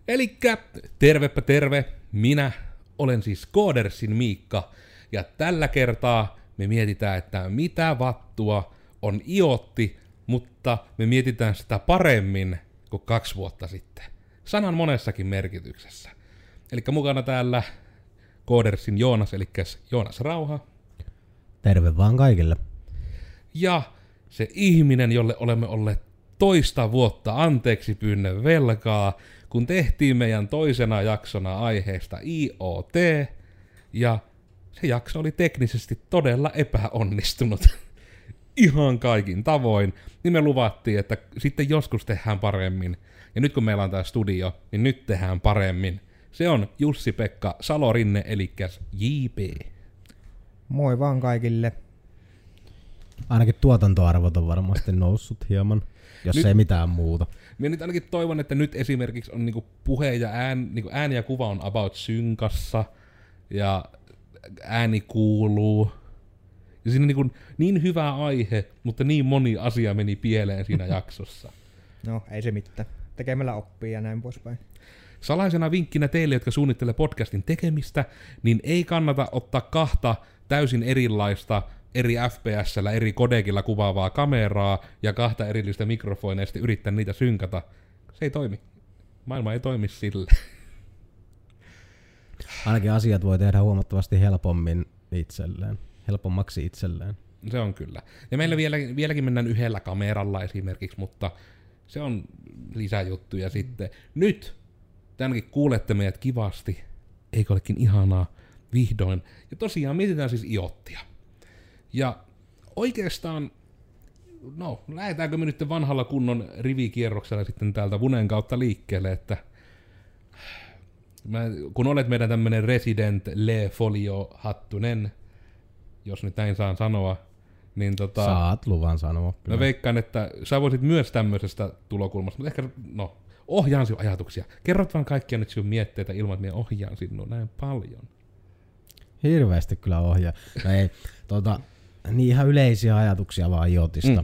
Elikkä tervepä terve, minä olen siis Koodersin Miikka, ja tällä kertaa me mietitään, että mitä vattua on iotti, mutta me mietitään sitä paremmin kuin 2 vuotta sitten. Sanan monessakin merkityksessä. Elikkä mukana täällä Koodersin Joonas, eli Joonas Rauha. Terve vaan kaikille. Ja se ihminen, jolle olemme olleet toista vuotta anteeksi pyynnön velkaa, kun tehtiin meidän toisena jaksona aiheesta IoT, ja se jakso oli teknisesti todella epäonnistunut. Ihan kaikin tavoin, niin me luvattiin, että sitten joskus tehdään paremmin. Ja nyt kun meillä on tää studio, niin nyt tehdään paremmin. Se on Jussi-Pekka Salorinne, eli JP. Moi vaan kaikille. Ainakin tuotantoarvot on varmasti noussut hieman, jos nyt, ei mitään muuta. Minä nyt ainakin toivon, että nyt esimerkiksi on niinku puhe ja ääni ja kuva on about synkassa, ja ääni kuuluu. Ja siinä on niin hyvä aihe, mutta niin moni asia meni pieleen siinä jaksossa. No, ei se mitään. Tekemällä oppii ja näin poispäin. Salaisena vinkkinä teille, jotka suunnittelee podcastin tekemistä, niin ei kannata ottaa 2 täysin erilaista eri FPS:llä, eri kodekilla kuvaavaa kameraa ja 2 erillistä mikrofonia ja sitten yrittää niitä synkata. Se ei toimi. Maailma ei toimi sille. Ainakin asiat voi tehdä huomattavasti helpommaksi itselleen. Se on kyllä. Ja meillä vieläkin mennään 1 kameralla esimerkiksi, mutta se on lisäjuttuja sitten. Nyt tänäkin kuulette meidät kivasti. Eikö olekin ihanaa? Vihdoin. Ja tosiaan mietitään siis iottia. Ja oikeastaan, no lähdetäänkö me nyt vanhalla kunnon rivikierroksella sitten täältä Vunen kautta liikkeelle, että kun olet meidän tämmönen resident Le Folio Hattunen, jos nyt näin saan sanoa, niin saat luvan sanoa. Mä veikkaan, että sä voisit myös tämmöisestä tulokulmasta, mutta ehkä, ohjaan sinun ajatuksia. Kerrot vaan kaikkia nyt sinun mietteitä ilman, että minä ohjaan sinua näin paljon. Hirveästi kyllä ohjaa. No ei, niin ihan yleisiä ajatuksia vaan iotista.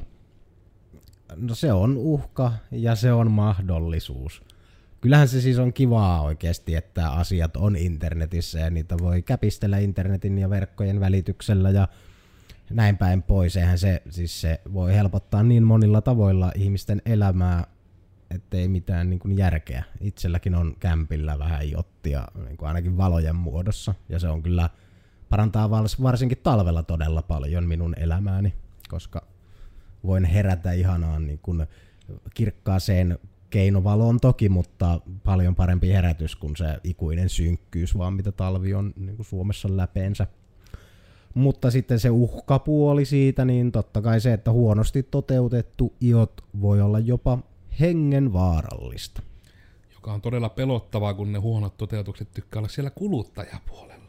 No se on uhka ja se on mahdollisuus. Kyllähän se siis on kivaa oikeasti, että asiat on internetissä ja niitä voi käpistellä internetin ja verkkojen välityksellä ja näin päin pois. Eihän se voi helpottaa niin monilla tavoilla ihmisten elämää, ettei mitään niin kuin järkeä. Itselläkin on kämpillä vähän iottia, niin kuin ainakin valojen muodossa, ja se on kyllä parantaa varsinkin talvella todella paljon minun elämääni, koska voin herätä ihanaan niin kuin kirkkaaseen keinovaloon toki, mutta paljon parempi herätys kuin se ikuinen synkkyys, vaan mitä talvi on niin kuin Suomessa läpeensä. Mutta sitten se uhkapuoli siitä, niin totta kai se, että huonosti toteutettu iot voi olla jopa hengenvaarallista. Joka on todella pelottavaa, kun ne huonot toteutukset tykkää olla siellä kuluttajapuolella.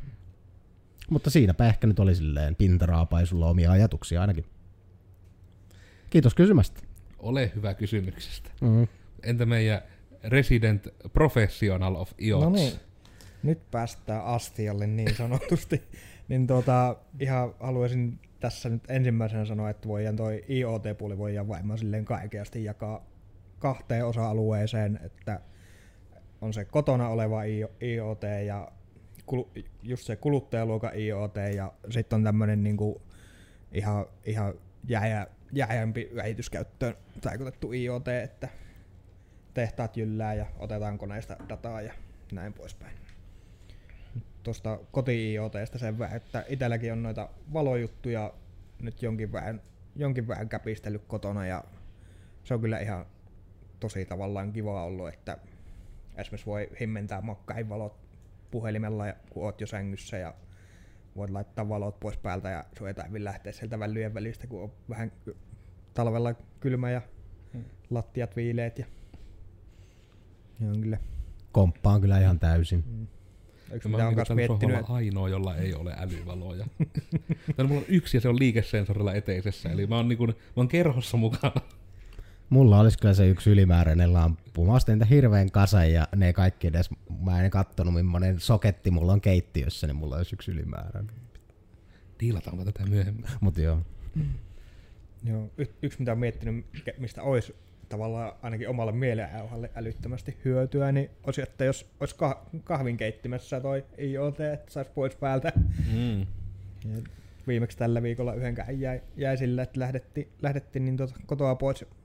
Mutta siinäpä ehkä nyt oli silleen pintaraapaisulla omia ajatuksia ainakin. Kiitos kysymästä. Ole hyvä kysymyksestä. Entä meidän resident professional of IoT? No niin, nyt päästään astialle niin sanotusti. Niin ihan haluaisin tässä nyt ensimmäisenä sanoa, että voidaan toi IoT-puoli voidaan varmaan silleen kaikeasti jakaa 2 osa-alueeseen, että on se kotona oleva IoT ja just se kuluttajaluokan IoT ja sitten on tämmönen niinku ihan jääjämpi vähityskäyttöön tarkoitettu IoT, että tehtaat jyllää ja otetaan koneista dataa ja näin poispäin. Tuosta koti-IoTsta sen vähän, että itselläkin on noita valojuttuja nyt jonkin vähän käpistellyt kotona ja se on kyllä ihan tosi tavallaan kiva ollut, että esimerkiksi voi himmentää makkain valot puhelimella, kun oot jo sängyssä ja voit laittaa valot pois päältä ja sun ei tarvitse lähteä sieltä vällyjen välistä, kun on vähän talvella kylmä ja lattiat viileet. Ja on kyllä. Komppaan kyllä ihan täysin. Mä oon miettinyt, ainoa, jolla ei ole älyvaloja. Mulla on 1 ja se on liikesensorilla eteisessä, eli mä oon kerhossa mukana. Mulla olisi kyllä se 1 ylimääräinen lamppu. Mä ostin niitä hirveän kasan ja ne kaikki edes, mä en kattonut millainen soketti mulla on keittiössä, niin mulla olisi 1 ylimääräinen. Diilataanko tätä myöhemmin? Mut joo. Joo, yksi mitä on miettinyt, mistä olisi tavallaan ainakin omalle mielenauhalle älyttömästi hyötyä, niin olisi, että jos olisi kahvinkeittimessä toi IoT, että saisi pois päältä. Ja viimeksi tällä viikolla yhdenkään jäi sillä, että lähdettiin niin kotoa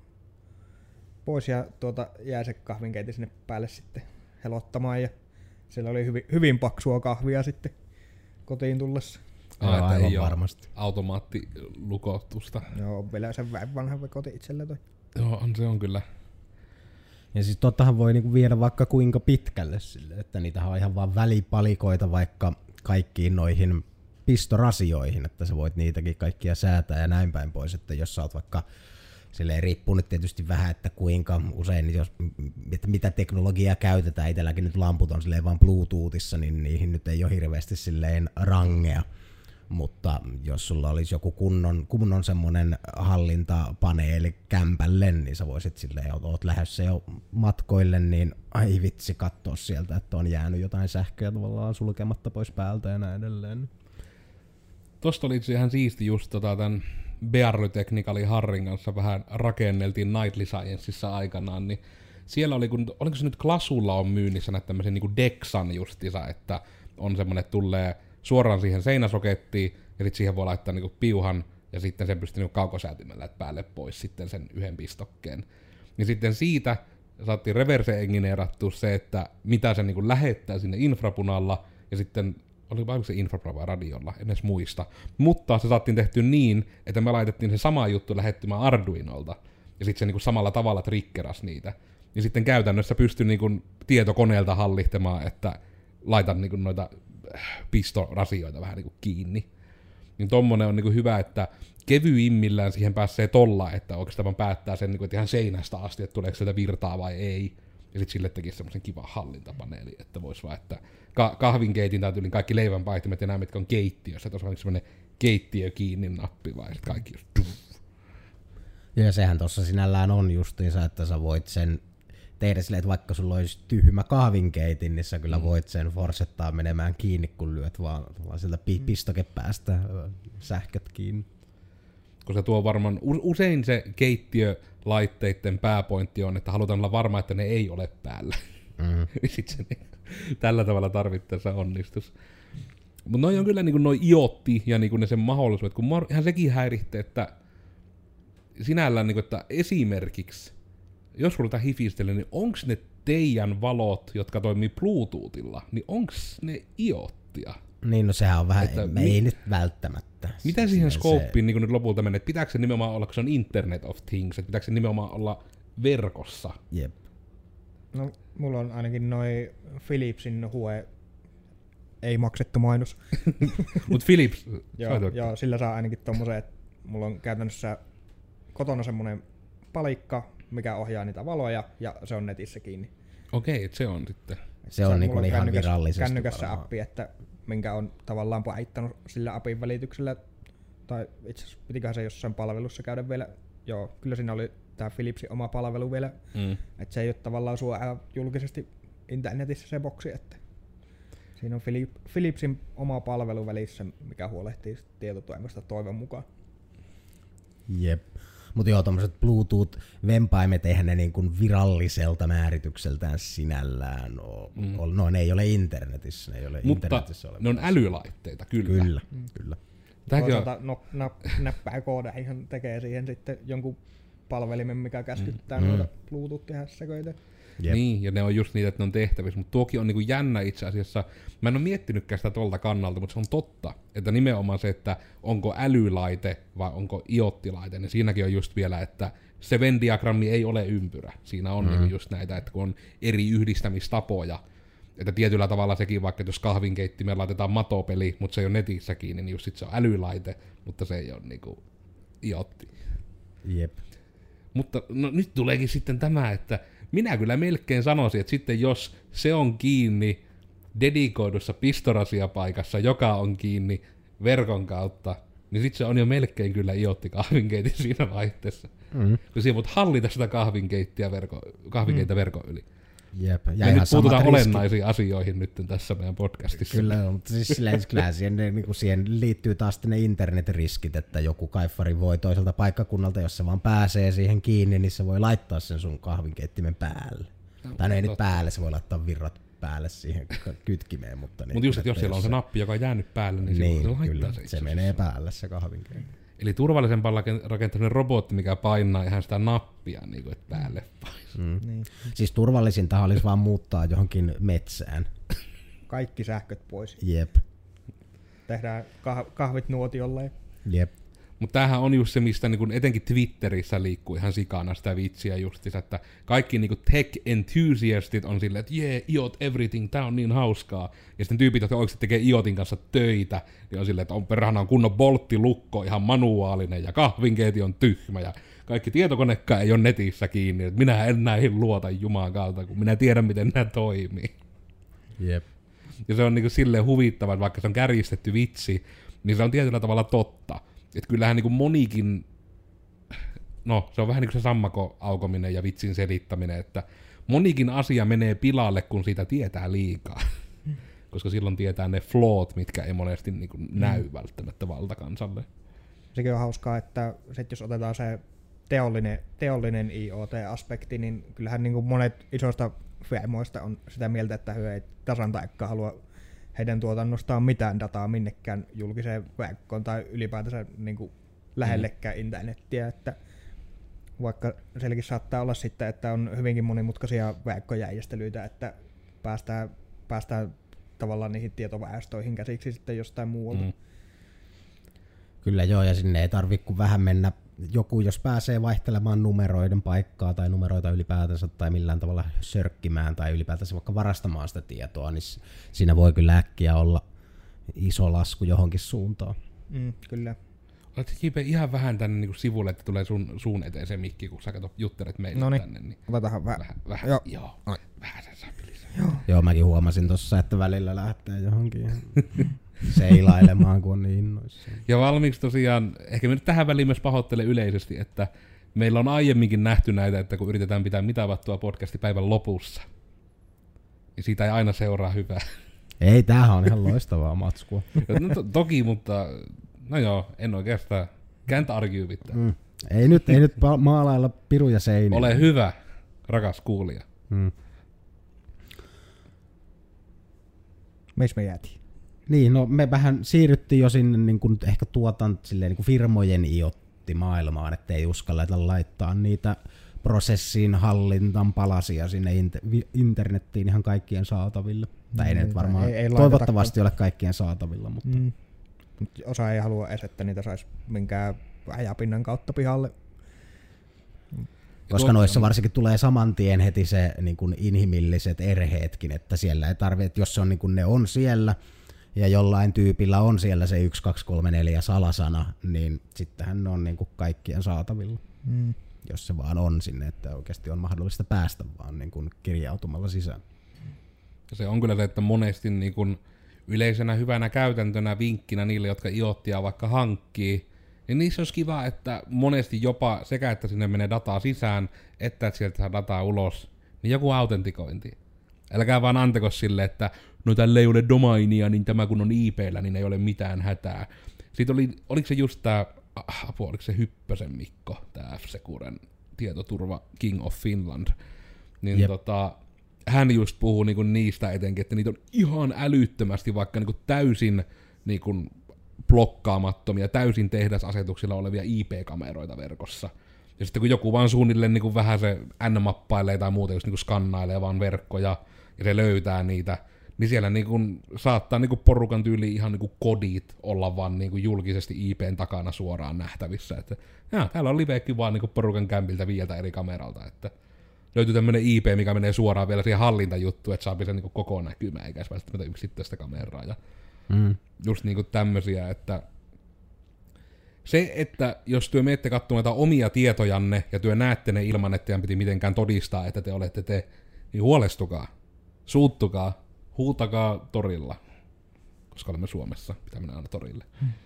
pois ja jäi se kahvinkeitin sinne päälle sitten helottamaan ja siellä oli hyvin paksua kahvia sitten kotiin tullessa. Aivan varmasti. Automaattilukotusta. Joo, on vielä sen vanha koti itsellä toi. Joo, se on kyllä. Ja siis tottahan voi niinku viedä vaikka kuinka pitkälle sille, että niitähän on ihan vaan välipalikoita vaikka kaikkiin noihin pistorasioihin, että sä voit niitäkin kaikkia säätää ja näin päin pois, että jos sä oot vaikka silleen riippuu nyt tietysti vähän, että kuinka usein, että mitä teknologiaa käytetään, itselläkin nyt lamput on silleen vaan Bluetoothissa, niin niihin nyt ei ole hirveästi silleen rangea. Mutta jos sulla olisi joku kunnon semmonen hallintapaneeli kämpälle, niin sä voisit silleen, oot lähdössä jo matkoille, niin ai vitsi katsoa sieltä, että on jäänyt jotain sähköä tavallaan sulkematta pois päältä ja näin edelleen. Tosta oli itse ihan siisti just tämän Bearly Technicalin Harrin kanssa vähän rakenneltiin Nightly Scienceissa aikanaan, niin siellä oli, oliko se nyt Glasulla on myynnissä näitä tämmöisen niin kuin Dexan justiinsa, että on semmonen, että tulee suoraan siihen seinäsokettiin, ja sitten siihen voi laittaa niinku piuhan, ja sitten sen pystyy niinku kaukosäätimellä päälle pois sitten sen yhden pistokkeen. Ja sitten siitä saatiin reverse-engineerattua se, että mitä se niinku lähettää sinne infrapunalla, ja sitten, oliko se infrapuna vai radiolla, en edes muista. Mutta se saatiin tehty niin, että me laitettiin se sama juttu lähettymään Arduinolta, ja sitten se niinku samalla tavalla triggeras niitä. Ja sitten käytännössä pystyi niinku tietokoneelta hallihtamaan, että laitan niinku noita pistorasioita vähän niinku kiinni. Niin tommonen on niinku hyvä, että kevyimmillään siihen pääsee tolla, että oikeastaan vaan päättää sen niinku, että ihan seinästä asti, että tuleeko sieltä virtaa vai ei. Ja sit sille tekisi semmosen kivan hallintapaneeli, että vois vaan, että kahvinkeitin tai tyyliin kaikki leivänpaihtimet ja nämä, mitkä on keittiössä, että olisi semmonen keittiö kiinni nappi vai sit kaikki just Ja sehän tossa sinällään on justiinsa, että sä voit sen tehdä silleen, että vaikka sulla olisi tyhmä kahvinkeitin, niin sä kyllä voit sen forsettaa menemään kiinni, kun lyöt vaan sieltä pistokepäästä sähköt kiinni. Koska tuo varmaan, usein se keittiölaitteiden pääpointti on, että halutaan olla varma, että ne ei ole päällä. Sitten se tällä tavalla tarvittaessa onnistus. Mutta noi on kyllä niinku noi iotti ja niinku ne sen mahdollisuudet, kun ihan sekin häiritte, että sinällään, niinku, että esimerkiksi jos ruvetaan hifistellä, niin onks ne teidän valot, jotka toimii Bluetoothilla, niin onks ne iottia? Niin, no sehän on vähän, ei nyt välttämättä. Mitä siihen skooppiin niin nyt lopulta menee? Pitääkö se nimenomaan olla, kun se on Internet of Things, että pitääkö se nimenomaan olla verkossa? Jep. No, mulla on ainakin noi Philipsin Hue ei maksettu mainos. Mut Philips, joo, sillä saa ainakin tommosen, että mulla on käytännössä kotona semmonen palikka, mikä ohjaa niitä valoja, ja se on netissä kiinni. Okei, se on sitten. Se on niin ihan virallisesti kännykässä varmaan appi, että minkä on tavallaan paittanut sillä appin välityksellä, tai itse asiassa pitiköhän se jossain palvelussa käydä vielä, joo, kyllä siinä oli tää Philipsin oma palvelu vielä, että se ei ole tavallaan sua julkisesti internetissä se boksi, että siinä on Philipsin oma palvelu välissä, mikä huolehtii tietotoimesta toivon mukaan. Jep. Mutta joo, tommoset Bluetooth-vempaimet, eihän ne niin kuin viralliselta määritykseltään sinällään ole. No ne ei ole internetissä, ne ei ole mutta internetissä ne on älylaitteita, kyllä. Kyllä. Toisaalta näppäinkooda ihan tekee siihen sitten jonkun palvelimen, mikä käskyttää noita Bluetooth-hässäköitä. Jep. Niin, ja ne on just niitä, että ne on tehtävissä, mutta tuokin on niinku jännä itse asiassa. Mä en ole miettinytkään sitä tuolta kannalta, mutta se on totta, että nimenomaan se, että onko älylaite vai onko iottilaite, niin siinäkin on just vielä, että se Venn-diagrammi ei ole ympyrä. Siinä on niinku just näitä, että kun on eri yhdistämistapoja, että tietyllä tavalla sekin vaikka, että jos kahvinkeittimeen laitetaan matopeli, mutta se ei ole netissä kiinni, niin just sit se on älylaite, mutta se ei ole niinku iotti. Jep. Mutta no, nyt tuleekin sitten tämä, että minä kyllä melkein sanoisin, että sitten jos se on kiinni dedikoidussa pistorasiapaikassa, joka on kiinni verkon kautta, niin sitten se on jo melkein kyllä iotti kahvinkeitin siinä vaihteessa. Kun siihen voit hallita sitä kahvinkeittiä verkon yli. Jep. Ja Ja ihan nyt puututaan samat riskit. olennaisiin asioihin nyt tässä meidän podcastissa. Kyllä, mutta siis kyllä siihen liittyy taas ne internetriskit, että joku kaiffari voi toiselta paikkakunnalta, jos se vaan pääsee siihen kiinni, niin se voi laittaa sen sun kahvinkeittimen päälle. Tai no ei nyt päälle, se voi laittaa virrat päälle siihen kytkimeen. Mutta Mut just, että jos siellä on se nappi, joka on jäänyt päälle, niin silloin se laittaa kyllä, se itse se menee päälle se kahvinkeittimen. Eli turvallisempaa rakentaminen robotti, mikä painaa ihan sitä nappia niin kuin, että päälle painaa. Niin. Siis turvallisintahan olisi vaan muuttaa johonkin metsään. Kaikki sähköt pois. Jep. Tehdään kahvit nuotiolle. Jep. Mutta tämähän on just se, mistä niin kun etenkin Twitterissä liikkuu ihan sikana sitä vitsiä justiinsa, että kaikki niin kun tech-enthusiastit on silleen, että jee, IoT everything, tää on niin hauskaa. Ja sitten tyypit, jotka oikeasti tekee IoTin kanssa töitä, niin on silleen, että on perhana on kunnon bolttilukko, ihan manuaalinen, ja kahvinkeiti on tyhmä, ja kaikki tietokonekaan ei ole netissä kiinni, että minä en näihin luota Jumalan kautta, kun minä tiedän, miten nämä toimii. Jep. Ja se on niin kuin silleen huvittava, että vaikka se on kärjistetty vitsi, niin se on tietyllä tavalla totta. Että kyllähän niin kuin monikin, no se on vähän niin kuin se sammakon aukominen ja vitsin selittäminen, että monikin asia menee pilalle, kun siitä tietää liikaa. Koska silloin tietää ne flawt, mitkä ei monesti niin kuin näy välttämättä valtakansalle. Sekin on hauskaa, että sit jos otetaan se teollinen IoT-aspekti, niin kyllähän niin kuin monet isoista firmoista on sitä mieltä, että he ei tasan taikkaan halua heidän tuotannostaan mitään dataa minnekään julkiseen verkkoon tai ylipäätänsä niin kuin lähellekään internettiä, että vaikka sielläkin saattaa olla sitten, että on hyvinkin monimutkaisia verkkojärjestelyitä, että päästään tavallaan niihin tietovarastoihin käsiksi sitten jostain muualta. Kyllä joo, ja sinne ei tarvitse kuin vähän mennä. Joku, jos pääsee vaihtelemaan numeroiden paikkaa tai numeroita ylipäätänsä tai millään tavalla sörkkimään tai ylipäätänsä vaikka varastamaan sitä tietoa, niin siinä voi kyllä äkkiä olla iso lasku johonkin suuntaan. Kyllä. Oletko Kipe ihan vähän tänne niin kuin sivulle, että tulee suun eteen se mikki, kun sä juttelet meille tänne. Niin otetaan vähän. Joo. Vähän sen sapilissa. Joo, mäkin huomasin tossa, että välillä lähtee johonkin seilailemaan, kun on niin innoissaan. Ja valmiiksi tosiaan, ehkä me nyt tähän väliin myös pahoittelen yleisesti, että meillä on aiemminkin nähty näitä, että kun yritetään pitää mitavattua podcasti päivän lopussa, niin siitä ei aina seuraa hyvää. Ei, tämähän on ihan loistavaa matskua. No, toki, mutta no joo, en oikeastaan can't argue with that. Ei nyt maalailla piruja seiniä. Ole hyvä, rakas kuulija. Missä me jäätiin? Niin, no me vähän siirryttiin jo sinne niin kuin ehkä silleen, niin kuin firmojen IoT-maailmaan, ettei uskalleta laittaa niitä prosessin hallintan palasia sinne internettiin ihan kaikkien saataville. Tai ei nyt varmaan toivottavasti ole kaikkien saatavilla, mutta osa ei halua edes, että niitä saisi minkään rajapinnan kautta pihalle. Koska noissa varsinkin tulee saman tien heti se niin kuin inhimilliset erheetkin, että siellä ei tarvitse, että jos se on niin kuin ne on siellä ja jollain tyypillä on siellä se 1, 2, 3, 4 salasana, niin sittenhän ne on niin kuin kaikkien saatavilla. Jos se vaan on sinne, että oikeasti on mahdollista päästä vaan niin kuin kirjautumalla sisään. Se on kyllä se, että monesti niin kuin yleisenä hyvänä käytäntönä vinkkinä niille, jotka IoTia vaikka hankkii, niin niissä olisi kiva, että monesti jopa sekä, että sinne menee dataa sisään, että sieltä saa dataa ulos, niin joku autentikointi. Älkää vaan antako sille, että no tällä ei ole domainia, niin tämä kun on IP:llä, niin ei ole mitään hätää. Sitten oliko se just tää, oliko se Hyppösen Mikko, tää F-Securen tietoturva King of Finland, niin hän just puhuu niinku niistä etenkin, että niitä on ihan älyttömästi vaikka niinku täysin niinku blokkaamattomia, täysin tehdasasetuksilla olevia IP-kameroita verkossa. Ja sitten kun joku vaan suunnilleen niin vähän se N-mappailee tai muuta, just niin skannailee vaan verkkoja, ja se löytää niitä, niin siellä niin saattaa niin porukan tyyliin ihan niin kodit olla vaan niin julkisesti IPn takana suoraan nähtävissä. Että täällä on livekin vaan niin porukan kämpiltä 5 eri kameralta, että löytyy tämmönen IP, mikä menee suoraan vielä siihen hallintajuttuun, että saapi sen niin koko näkymä, eikä edes välttämättä yksittäistä kameraa. Ja just niinku tämmösiä, että se, että jos työ menette katsomaan näitä omia tietojanne ja työ näette ne ilman, että teidän piti mitenkään todistaa, että te olette te, niin huolestukaa, suuttukaa, huutakaa torilla, koska olemme Suomessa, pitää mennä aina torille.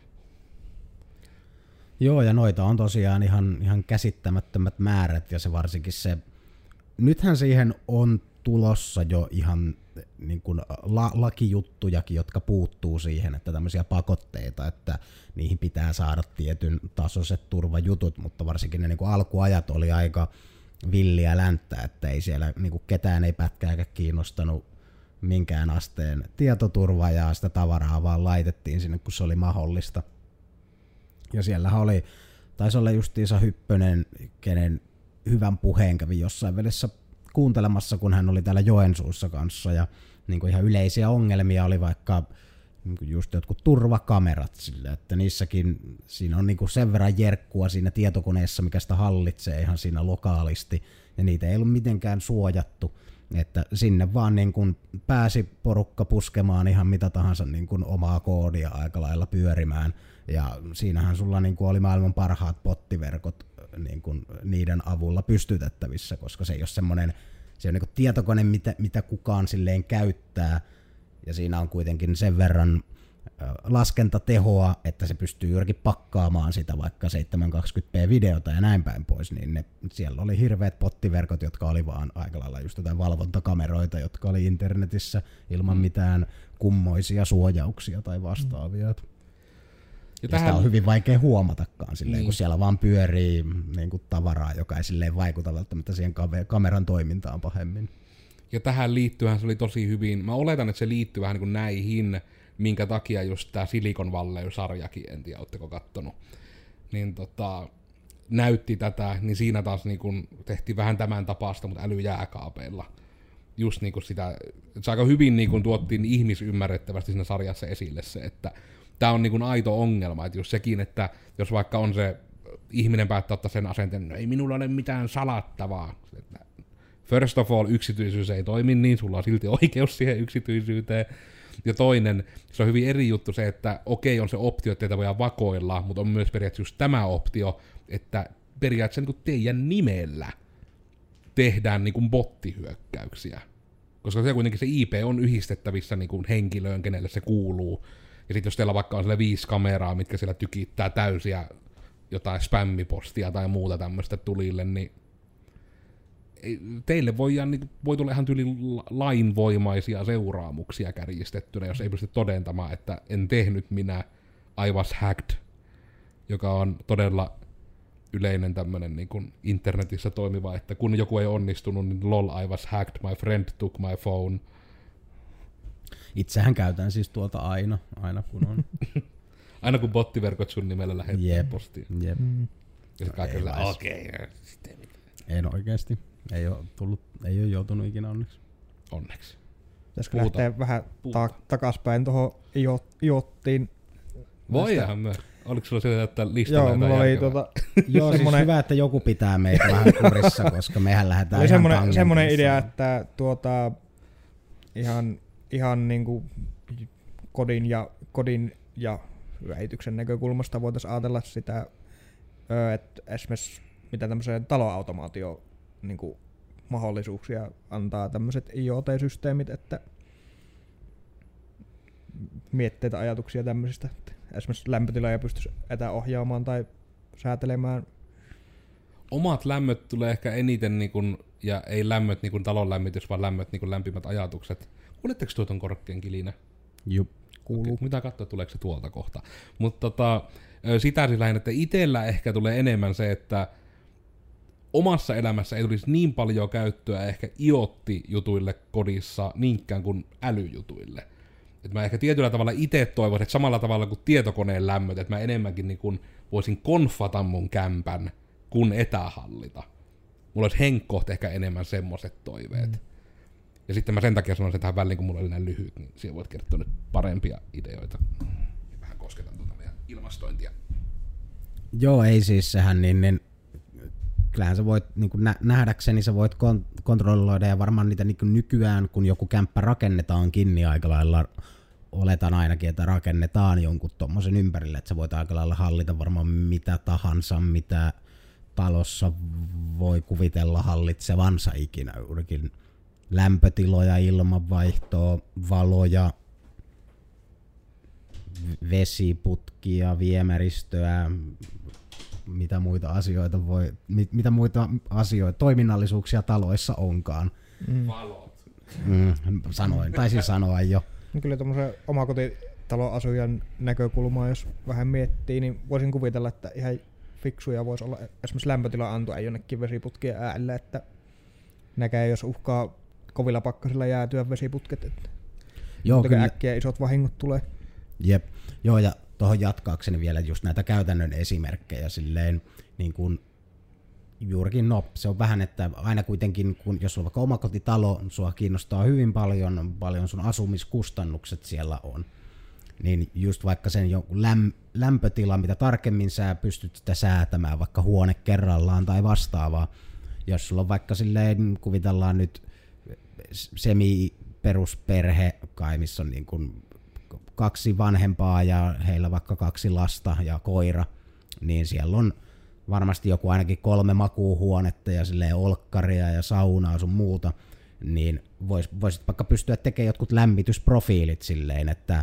Joo, ja noita on tosiaan ihan käsittämättömät määrät, ja se varsinkin se, nythän siihen on tulossa jo ihan niin kuin lakijuttujakin, jotka puuttuu siihen, että tämmöisiä pakotteita, että niihin pitää saada tietyn tasoiset turvajutut, mutta varsinkin ne niin kuin alkuajat oli aika villiä länttä, että ei siellä niin kuin ketään ei pätkääkään kiinnostanut minkään asteen tietoturva ja sitä tavaraa vaan laitettiin sinne, kun se oli mahdollista. Ja siellähän taisi olla justiinsa Hyppönen, kenen hyvän puheen kävi jossain välissä kuuntelemassa, kun hän oli täällä Joensuussa kanssa, ja niin kuin ihan yleisiä ongelmia oli vaikka niin kuin just jotkut turvakamerat sille, että niissäkin siinä on niin kuin sen verran jerkkua siinä tietokoneessa, mikä sitä hallitsee ihan siinä lokaalisti, ja niitä ei ollut mitenkään suojattu, että sinne vaan niin kuin pääsi porukka puskemaan ihan mitä tahansa niin kuin omaa koodia aika lailla pyörimään, ja siinähän sulla niin kuin oli maailman parhaat bottiverkot niin kuin niiden avulla pystytettävissä, koska se ei ole semmoinen, se on niin kuin tietokone, mitä kukaan silleen käyttää, ja siinä on kuitenkin sen verran laskentatehoa, että se pystyy juurikin pakkaamaan sitä vaikka 720p-videota ja näin päin pois, niin siellä oli hirveät pottiverkot, jotka oli vaan aika lailla just jotain valvontakameroita, jotka oli internetissä ilman mitään kummoisia suojauksia tai vastaavia. Ja sitä on hyvin vaikea huomatakaan, silleen, kun siellä vaan pyörii niin kuin tavaraa, joka ei silleen vaikuta välttämättä siihen kameran toimintaan pahemmin. Ja tähän liittyen se oli tosi hyvin, mä oletan, että se liittyy vähän niin kuin näihin, minkä takia just tää Silicon Valley-sarjakin, en tiedä, ootteko kattonut, niin näytti tätä, niin siinä taas niin kun tehtiin vähän tämän tapaista, mutta älyjääkaapeilla. Just niin kuin sitä, se aika hyvin niin kun tuottiin ihmisymmärrettävästi siinä sarjassa esille se, että tää on niin kun aito ongelma, että just sekin, että jos vaikka on se ihminen päättää ottaa sen asenteen, no ei minulla ole mitään salattavaa. First of all, yksityisyys ei toimi niin, sulla on silti oikeus siihen yksityisyyteen. Ja toinen, se on hyvin eri juttu se, että okei, on se optio, että teitä voidaan vakoilla, mutta on myös periaatteessa just tämä optio, että periaatteessa niin kuin teidän nimellä tehdään niin kuin bottihyökkäyksiä. Koska se kuitenkin se IP on yhdistettävissä niin kuin henkilöön, kenelle se kuuluu. Ja sitten jos teillä vaikka on siellä 5 kameraa, mitkä siellä tykittää täysiä jotain spämmipostia tai muuta tämmöistä tulille, niin teille voi tulla ihan tyyli lainvoimaisia seuraamuksia kärjistettynä, jos ei pysty todentamaan, että en tehnyt minä, I was hacked, joka on todella yleinen tämmönen niin kuin internetissä toimiva, että kun joku ei onnistunut, niin lol, I was hacked, my friend took my phone. Itsehän käytän siis tuolta aina kun on. Aina kun bottiverkot sun nimellä lähettää postia. Jep. Ja kaikilla okei. En oikeesti. Ei ole joutunut ikinä onneksi. Onneksi. Pitäisikö lähteä vähän takaspäin tuohon IoTtiin? Voidahan myös. Oliko sulla siellä, että listalla jotain järkevää? Joo, siis hyvä, että joku pitää meitä vähän kurissa, koska mehän lähdetään oli ihan semmoinen idea, että ihan niinku kodin ja väityksen näkökulmasta voitaisiin ajatella sitä, että esimerkiksi mitä tämmöiseen taloautomaatio niinku mahdollisuuksia antaa tämmöiset IoT-systeemit, että mietteitä, ajatuksia tämmöisistä, että esimerkiksi lämpötiloja pystyisi etäohjaamaan tai säätelemään. Omat lämmöt tulee ehkä eniten, niin kun, ja ei lämmöt niin kun talon lämmitys, vaan lämmöt niin kun lämpimät ajatukset. Kuuletteko tuon korkean kilinä? Jup, kuuluu. Okay, mitä katsoa, tuleeko se tuolta kohta. Mutta sitä siis lähinnä, että itsellä ehkä tulee enemmän se, että omassa elämässä ei tulisi niin paljon käyttöä ehkä IoT-jutuille kodissa niinkään kuin älyjutuille. Et mä ehkä tietyllä tavalla itse toivoisin, että samalla tavalla kuin tietokoneen lämmöt, että mä enemmänkin niin kuin voisin konfata mun kämpän kuin etähallita. Mulla olisi henkkoht ehkä enemmän semmoiset toiveet. Ja sitten mä sen takia sanoisin tähän väliin, kun mulla oli näin lyhyt, niin siellä voit kertoa nyt parempia ideoita. Ja vähän kosketan tuota meidän ilmastointia. Joo, ei siis sehän niin kyllähän sä voit niin nähdäkseni sä voit kontrolloida ja varmaan niitä niin nykyään, kun joku kämppä rakennetaankin, niin aika lailla oletan ainakin, että rakennetaan jonkun tommosen ympärille, että sä voit aika lailla hallita varmaan mitä tahansa, mitä talossa voi kuvitella hallitsevansa ikinä. Juurikin lämpötiloja, ilmanvaihtoa, valoja, vesiputkia, viemäristöä, mitä muita asioita toiminnallisuuksia taloissa onkaan. Valot. Taisin sanoa jo. No kyllä tuommoisen omakotitalon asujan näkökulmaa, jos vähän miettii, niin voisin kuvitella, että ihan fiksuja voisi olla esimerkiksi lämpötilan antoa jonnekin vesiputkien äärelle, että näkee, jos uhkaa kovilla pakkasilla jäätyä vesiputket, että äkkiä isot vahingot tulee. Jep. Joo, ja tuohon jatkaakseni vielä just näitä käytännön esimerkkejä silleen, niin kuin juurikin, se on vähän, että aina kuitenkin, jos sulla on vaikka omakotitalo, sua kiinnostaa hyvin paljon sun asumiskustannukset siellä on. Niin just vaikka sen jonkun lämpötila, mitä tarkemmin sä pystyt sitä säätämään, vaikka huone kerrallaan tai vastaavaa. Jos sulla on vaikka silleen, kuvitellaan nyt semi-perusperhe, kai missä on niin kuin 2 vanhempaa ja heillä vaikka 2 lasta ja koira, niin siellä on varmasti joku ainakin 3 makuuhuonetta ja silleen olkkaria ja saunaa sun muuta, niin voisit vaikka pystyä tekemään jotkut lämmitysprofiilit silleen, että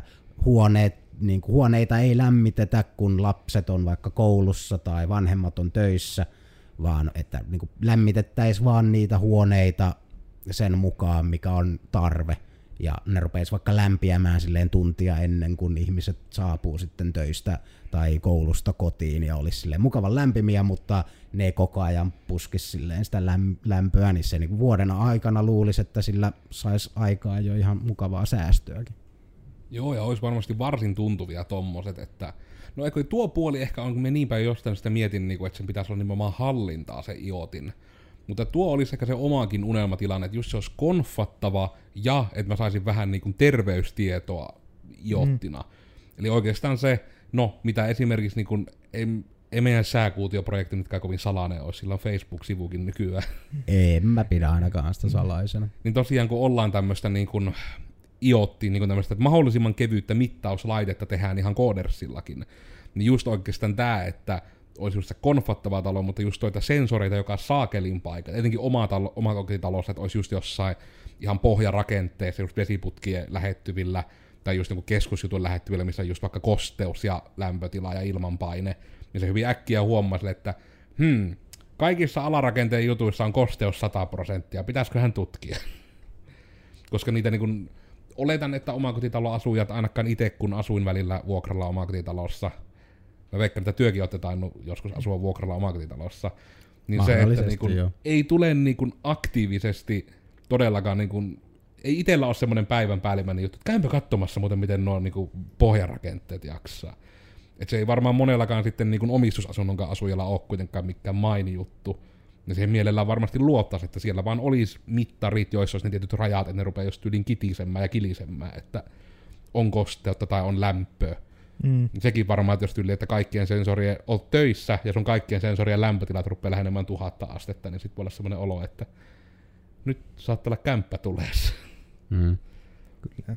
huoneita ei lämmitetä, kun lapset on vaikka koulussa tai vanhemmat on töissä, vaan että niin kuin lämmitettäisiin vaan niitä huoneita sen mukaan, mikä on tarve. Ja ne rupeisi vaikka lämpiämään silleen tuntia ennen kuin ihmiset saapuu sitten töistä tai koulusta kotiin ja olisi silleen mukavan lämpimiä, mutta ne ei koko ajan puskisi silleen sitä lämpöä, niin se niin vuoden aikana luulisi, että sillä saisi aikaa jo ihan mukavaa säästöäkin. Joo, ja olisi varmasti varsin tuntuvia tommoset, että no eikö tuo puoli ehkä on, kun me niin päin jostain sitä mietin, että sen pitäisi olla nimenomaan hallintaa se IoTin. Mutta tuo olisi ehkä se omaakin unelmatilanne, että just se olisi konfattava ja että mä saisin vähän niin kuin terveystietoa IoTina. Eli oikeastaan se, mitä esimerkiksi niin kuin, ei meidän sääkuutioprojekti nytkään kovin salainen olisi, sillä on Facebook-sivukin nykyään. En mä pidä ainakaan sitä salaisena. Niin tosiaan kun ollaan tämmöistä niin kuin IoTia, niin kuin tämmöistä, että mahdollisimman kevyyttä mittauslaitetta tehdään ihan koodersillakin, niin just oikeastaan tämä, että olisi just se konfattava talo, mutta just toita sensoreita, joka saakelin paikalla, etenkin omakotitalossa, että olisi just jossain ihan pohjarakenteessa, just vesiputkien lähettyvillä, tai just niin keskusjutun lähettyvillä, missä on just vaikka kosteus ja lämpötila ja ilmanpaine, niin se hyvin äkkiä huomasi, että kaikissa alarakenteen jutuissa on kosteus 100%, pitäisiköhän tutkia? Koska niitä niin kuin, oletan, että omakotitaloasujat, ainakaan itse kun asuin välillä vuokralla omakotitalossa, mä veikkaan, että työkin olette tainnut joskus asua vuokralla omakotitalossa, niin se, että niin kun, ei tule niin kun aktiivisesti todellakaan, niin kun, ei itsellä ole semmoinen päivän päällimmäinen juttu, että käympä katsomassa muuten, miten nuo niin kun pohjarakenteet jaksaa. Et se ei varmaan monellakaan sitten niin kun omistusasunnonkaan asujalla ole kuitenkaan mikään maini juttu. Ja siihen mielellään varmasti luottaisi, että siellä vaan olisi mittarit, joissa olisi ne tietyt rajat, että ne rupeaa just tyylin kitisemään ja kilisemään, että on kosteutta tai on lämpöä. Sekin varmaan, että jos tyyli, että kaikkien sensorien olet töissä ja sun kaikkien sensorien lämpötilat rupeaa lähenemään 1000 astetta, niin sit voi olla semmoinen olo, että nyt saattaa olla kämppä tuleessa. Kyllä.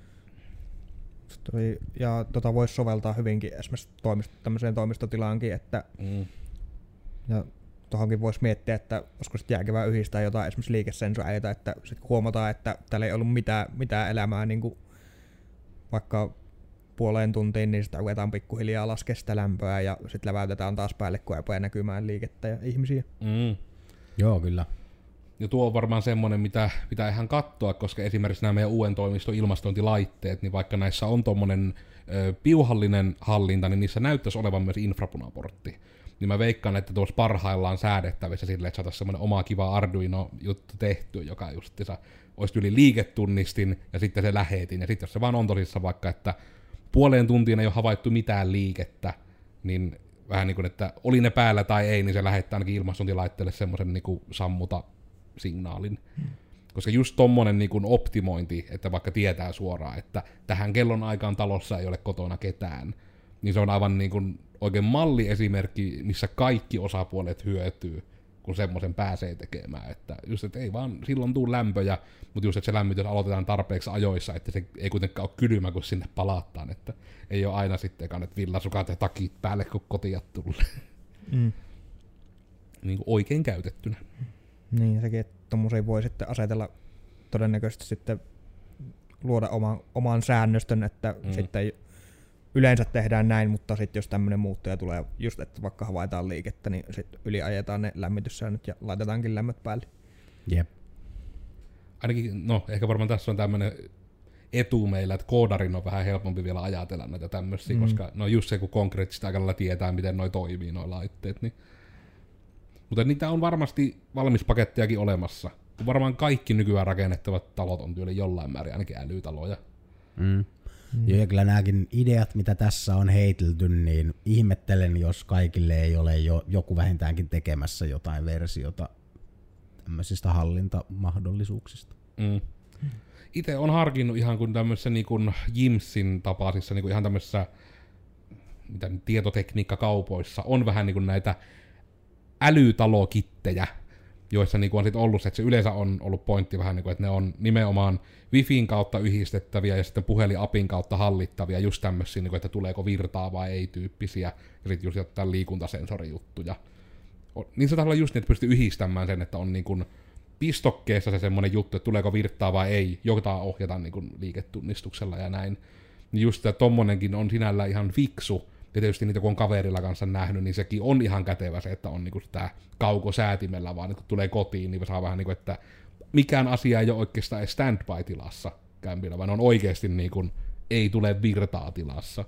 Ja voisi soveltaa hyvinkin esimerkiksi tämmöiseen toimistotilaankin, että ja tuohonkin voisi miettiä, että olisiko sitten järkevää yhdistää jotain esimerkiksi liikesensoreita, että sitten huomataan, että täällä ei ollut mitään elämää niin kuin vaikka puoleen tuntiin, niin sitä ruvetaan pikkuhiljaa laskea sitä lämpöä ja sitten läväytetään taas päälle, kun rupeaa näkymään liikettä ja ihmisiä. Joo, kyllä. Ja tuo on varmaan semmoinen, mitä pitää ihan katsoa, koska esimerkiksi nämä meidän uuden toimiston ilmastointilaitteet, niin vaikka näissä on tommonen piuhallinen hallinta, niin niissä näyttäisi olevan myös infrapunaportti. Niin mä veikkaan, että tuossa parhaillaan säädettävissä silleen, että saataisiin semmoinen oma kiva Arduino-juttu tehty, joka justiinsa olisi yli liiketunnistin ja sitten se lähetin. Ja sitten jos se vaan on tosissaan vaikka, että puoleen tuntiin ei ole havaittu mitään liikettä, niin vähän niin kuin, että oli ne päällä tai ei, niin se lähettää ainakin ilmastointilaitteelle semmoisen niin kuin sammuta-signaalin. Koska just tommonen niin kuin optimointi, että vaikka tietää suoraan, että tähän kellon aikaan talossa ei ole kotona ketään, niin se on aivan niin kuin oikein malliesimerkki, missä kaikki osapuolet hyötyy, kun semmoisen pääsee tekemään. Että just, että ei vaan silloin tuu lämpöjä, mutta just, että se lämmitys aloitetaan tarpeeksi ajoissa, että se ei kuitenkaan ole kylmä, kun sinne palataan. Että ei ole aina sitten että villasukat ja takit päälle, kun kotia tulee. Niin kuin oikein käytettynä. Niin, sekin, että tommoseen voi sitten asetella todennäköisesti sitten luoda oman säännöstön, että sitten yleensä tehdään näin, mutta sitten jos tämmöinen muuttuja tulee, just että vaikka havaitaan liikettä, niin sitten yliajetaan ne lämmityssäännöt ja laitetaankin lämmöt päälle. Jep. ainakin, no ehkä varmaan tässä on tämmöinen etu meillä, että koodarin on vähän helpompi vielä ajatella näitä tämmöisiä, koska no just se, kun konkreettisesti aika lailla tietää, miten noi toimii, noi laitteet. Niin. Mutta niitä on varmasti valmispakettejakin olemassa. Varmaan kaikki nykyään rakennettavat talot on tyyli jollain määrin, ainakin älytaloja. Ja kyllä nämäkin ideat, mitä tässä on heitelty, niin ihmettelen, jos kaikille ei ole joku vähintäänkin tekemässä jotain versiota tämmöisistä hallintamahdollisuuksista. Itse on harkinnut ihan kuin tämmöisessä niin kuin Jimsin tapaisissa, niin kuin ihan tämmöisissä tietotekniikkakaupoissa on vähän niin kuin näitä älytalokittejä, joissa niin kuin on sit ollut, että se yleensä on ollut pointti vähän niin kuin, että ne on nimenomaan Wifin kautta yhdistettäviä ja sitten puhelinapin kautta hallittavia, just tämmöisiä, niin kuin, että tuleeko virtaa vai ei tyyppisiä, ja sitten just jotain liikuntasensorijuttuja. Niin se tahtoo just niin, että pystyy yhdistämään sen, että on niin kuin pistokkeessa se semmoinen juttu, että tuleeko virtaa vai ei, jota ohjataan niin kuin liiketunnistuksella ja näin. Niin just tämä tommonenkin on sinällä ihan fiksu, ja tietysti niitä kun on kaverilla kanssa nähnyt, niin sekin on ihan kätevä se, että on niinku sitä kaukosäätimellä, vaan kun tulee kotiin, niin saa vähän niinku, että mikään asia ei ole oikeastaan standby-tilassa kämpillä, vaan on oikeasti niinku, ei tule virtaa tilassa.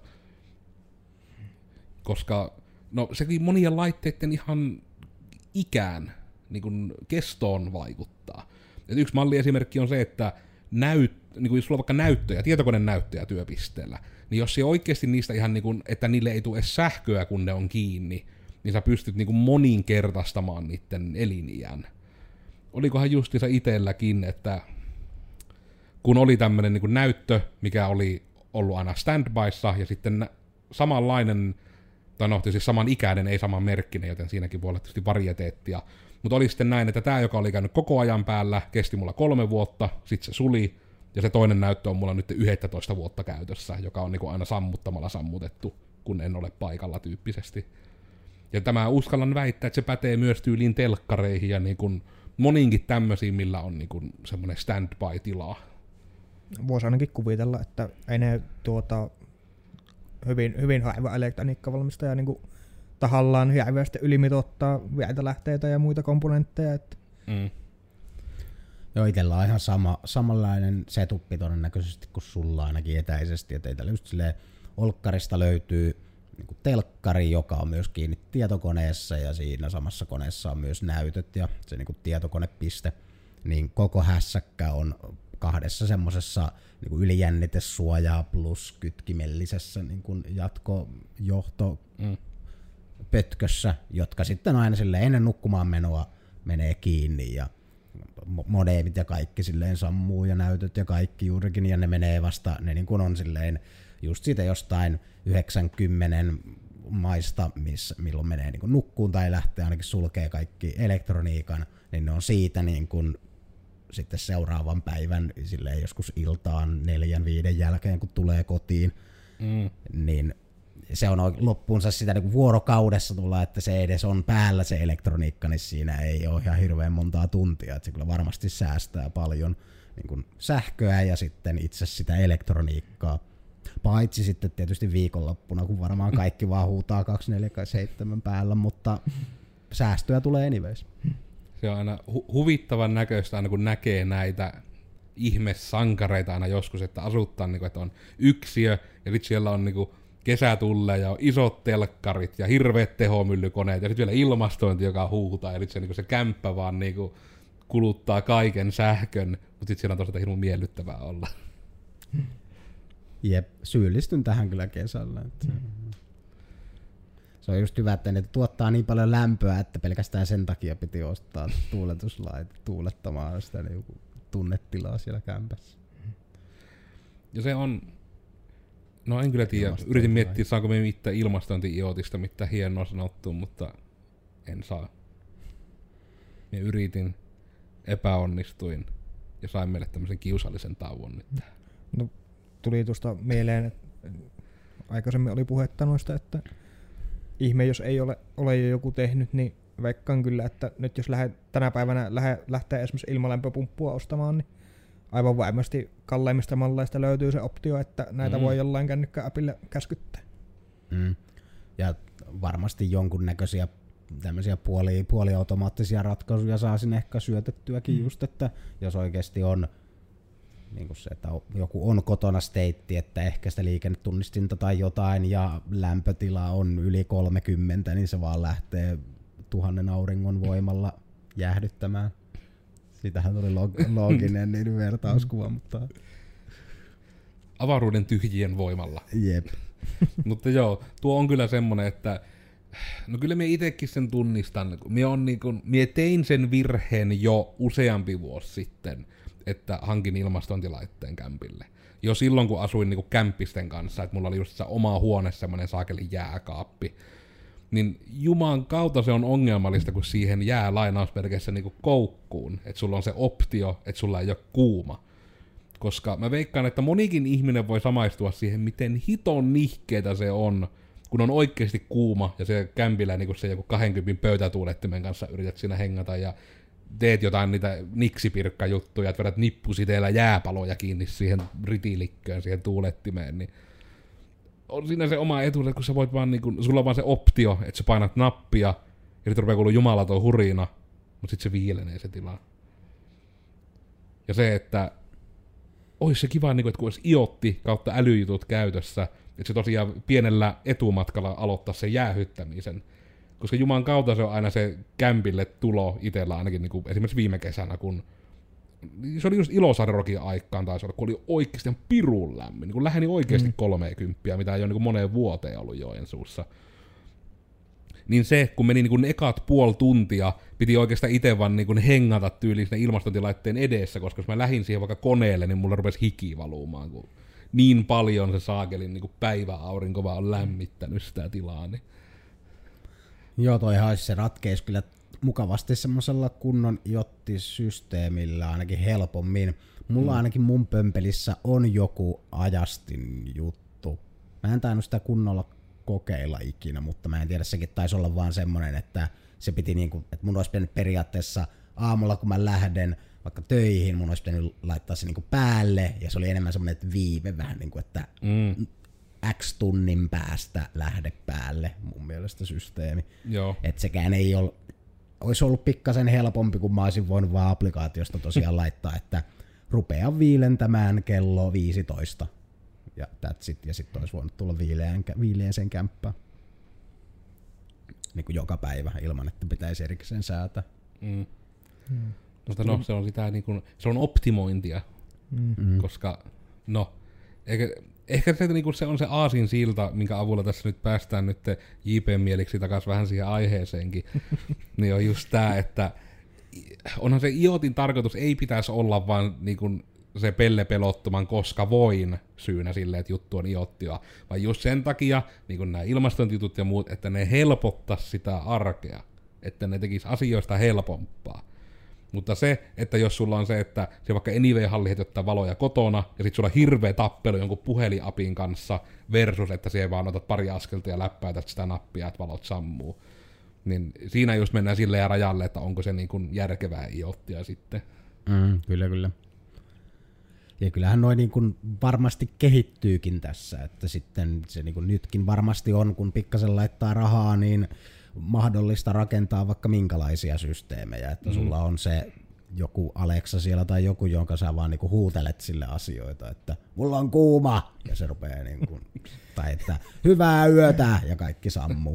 Koska, no sekin monien laitteiden ihan ikään, niinku kestoon vaikuttaa. Et yksi malliesimerkki on se, että niin jos sulla on vaikka näyttöjä, tietokoneen näyttöjä työpisteellä, niin jos se oikeasti niistä ihan niin kuin, että niille ei tule edes sähköä, kun ne on kiinni, niin sä pystyt niin kuin moninkertaistamaan niiden eliniän. Olikohan justiinsa itselläkin, että kun oli tämmöinen niin kuin näyttö, mikä oli ollut aina standbyssa, ja sitten samanlainen, tai no siis samanikäinen, ei saman merkkinen, joten siinäkin voi olla tietysti varieteettia, mutta oli sitten näin, että tämä, joka oli käynyt koko ajan päällä, kesti mulla 3 vuotta, sitten se suli, ja se toinen näyttö on mulla nyt 11 vuotta käytössä, joka on niin kuin aina sammuttamalla sammutettu, kun en ole paikalla tyyppisesti. Ja tämä uskallan väittää, että se pätee myös tyyliin telkkareihin ja niin kuin moniinkin tämmöisiin, millä on niin kuin semmoinen standby-tilaa. Voisi ainakin kuvitella, että ei ne hyvin haeva elektroniikkavalmistaja niin kuin tahallaan häivästi ylimitoittaa vietälähteitä ja muita komponentteja. Että. Joo, itsellä on ihan samanlainen setuppi todennäköisesti kuin sulla ainakin etäisesti. Että itsellä just silleen olkkarista löytyy niin telkkari, joka on myös kiinni tietokoneessa ja siinä samassa koneessa on myös näytöt ja se niin tietokonepiste. Niin koko hässäkkä on 2 semmosessa niin ylijännitesuojaa plus kytkimellisessä niin jatkojohtopötkössä, jotka sitten aina silleen ennen nukkumaan menoa menee kiinni ja modemit ja kaikki silleen sammuu ja näytöt ja kaikki juurikin ja ne menee vasta, ne niin kuin on silleen just siitä jostain 90 maista, milloin menee niin kuin nukkuun tai lähtee ainakin sulkee kaikki elektroniikan, niin ne on siitä niin kuin sitten seuraavan päivän silleen joskus iltaan 4-5 jälkeen, kun tulee kotiin, niin se on loppuunsa sitä niin kuin vuorokaudessa tulla, että se edes on päällä se elektroniikka, niin siinä ei ole ihan hirveän montaa tuntia, että se kyllä varmasti säästää paljon niin kuin sähköä ja sitten itse sitä elektroniikkaa. Paitsi sitten tietysti viikonloppuna, kun varmaan kaikki vaan huutaa 24/7 päällä, mutta säästöä tulee anyways. Se on aina huvittavan näköistä, aina kun näkee näitä ihmesankareita aina joskus, että asuttaa, niin kuin, että on yksiö, ja sitten siellä on niin kuin, kesä tulee, ja on isot telkkarit, ja hirveät tehomyllykoneet, ja sitten vielä ilmastointi, joka huutaa, ja sitten se, niin kuin, se kämppä vaan niin kuin, kuluttaa kaiken sähkön, mutta sitten siellä on toisaalta hirveän miellyttävää olla. Jep, syyllistyn tähän kyllä kesällä. Se on just hyvä, että ne tuottaa niin paljon lämpöä, että pelkästään sen takia piti ostaa tuuletuslaite tuulettamaan sitä tunnetilaa siellä kämpässä. Ja se on, no en kyllä tiedä, yritin miettiä, saanko me mitään ilmastointi-iotista mitään hienoa sanottua, mutta en saa. Ja yritin, epäonnistuin ja sain meille tämmöisen kiusallisen tauon nyt. No, tuli tuosta mieleen, että aikaisemmin oli puhetta noista, että ihme, jos ei ole jo joku tehnyt, niin veikkaan kyllä, että nyt jos tänä päivänä lähtee esimerkiksi ilmalämpöpumppua ostamaan, niin aivan varmasti kalleimmista malleista löytyy se optio, että näitä voi jollain kännykkäapille käskyttää. Ja varmasti jonkunnäköisiä tämmöisiä puoliautomaattisia ratkaisuja saa sinne ehkä syötettyäkin just, että jos oikeasti on niin kuin se, että joku on kotona steitti, että ehkä sitä liikennetunnistinta tai jotain ja lämpötila on yli 30, niin se vaan lähtee 1000 auringon voimalla jäähdyttämään. Siitähän tuli looginen niin vertauskuva, mutta... Avaruuden tyhjien voimalla. Jep. Mutta joo, tuo on kyllä semmonen, että no kyllä minä itekin sen tunnistan. Minä tein sen virheen jo useampi vuosi sitten, että hankin ilmastointilaitteen kämpille. Jo silloin, kun asuin niinku kämppisten kanssa, että mulla oli just se oma huone, semmoinen saakeli jääkaappi. Niin juman kautta se on ongelmallista, kun siihen jää lainausmerkeissä niinku koukkuun. Että sulla on se optio, että sulla ei ole kuuma. Koska mä veikkaan, että monikin ihminen voi samaistua siihen, miten hiton nihkeetä se on, kun on oikeasti kuuma ja se kämpillä niin se joku 20 pöytätuulettimen kanssa yrität siinä hengata ja teet jotain niitä niksipirkkajuttuja, että vedät nippusiteellä jääpaloja kiinni siihen ritilikköön, siihen tuulettimeen, niin on siinä se oma etu, että kun sä voit vaan niinku, sulla on vaan se optio, että sä painat nappia ja sit rupeaa kuulua jumalaton hurina, mutta sit se viilenee se tila. Ja se, että ois se kiva, että kun olisi iotti kautta älyjutut käytössä, että se tosiaan pienellä etumatkalla aloittaa sen jäähyttämisen. Koska juman kautta se on aina se kämpille tulo itsellä ainakin niin kuin esimerkiksi viime kesänä, kun se oli just Ilosaarirokin aikaan taisi olla, kun oli oikeasti ihan pirun lämmin. Niin kun läheni oikeasti 30, mitä ei ole niin moneen vuoteen ollut Joensuussa. Niin se, kun meni niin ekat puoli tuntia, piti oikeastaan itse vaan niin hengata tyyliin sinne ilmastointilaitteen edessä, koska jos mä lähdin siihen vaikka koneelle, niin mulla rupesi hiki valumaan, kun niin paljon se saakelin niin päiväaurinko vaan on lämmittänyt sitä tilaa. Niin. Joo, toihan se ratkeisi kyllä mukavasti semmoisella kunnon jottisysteemillä ainakin helpommin. Mulla ainakin mun pömpelissä on joku ajastin juttu. Mä en tainnut sitä kunnolla kokeilla ikinä, mutta mä en tiedä, sekin taisi olla vaan semmonen, että se piti niinku, että mun olisi pitänyt periaatteessa aamulla, kun mä lähden vaikka töihin, mun olisi pitänyt laittaa se niinku päälle, ja se oli enemmän semmonen, että viive vähän niinku, että X tunnin päästä lähde päälle, mun mielestä systeemi. Joo. Että sekään ei olisi ollut pikkasen helpompi, kun mä olisin voinut vaan applikaatiosta tosiaan laittaa, että rupeaa viilentämään kello 15. Ja that's it. Ja sitten olisi voinut tulla viileäseen kämppään. Niin kuin joka päivä, ilman että pitäisi erikseen säätää. Mutta no, se on sitä niin kuin, se on optimointia. Koska, no, ehkä se, niin kuin se on se aasinsilta, minkä avulla tässä nyt päästään nyt JP-mieliksi takaisin vähän siihen aiheeseenkin. Niin on just tää, että onhan se IoTin tarkoitus ei pitäisi olla vaan niin kuin se pellepelottoman koska voin syynä sille, että juttu on iottia, vaan just sen takia, niin kuin nämä ilmastointijutut ja muut, että ne helpottaisi sitä arkea, että ne tekisi asioista helpompaa. Mutta se, että jos sulla on se, että se vaikka anyway-halli hetöttää valoja kotona, ja sit sulla on hirveä tappelu jonkun puhelinapin kanssa, versus, että siihen vaan otat pari askelta ja läppäytät sitä nappia, että valot sammuu. Niin siinä just mennään silleen rajalle, että onko se niin kuin järkevää iottia sitten. Kyllä, kyllä. Ja kyllähän noin niin kuin varmasti kehittyykin tässä, että sitten se niin kuin nytkin varmasti on, kun pikkasen laittaa rahaa, niin mahdollista rakentaa vaikka minkälaisia systeemejä, että sulla on se joku Alexa siellä tai joku, jonka sä vaan niinku huutelet sille asioita, että mulla on kuuma, ja se rupeaa niinku, tai että hyvää yötä, ja kaikki sammuu.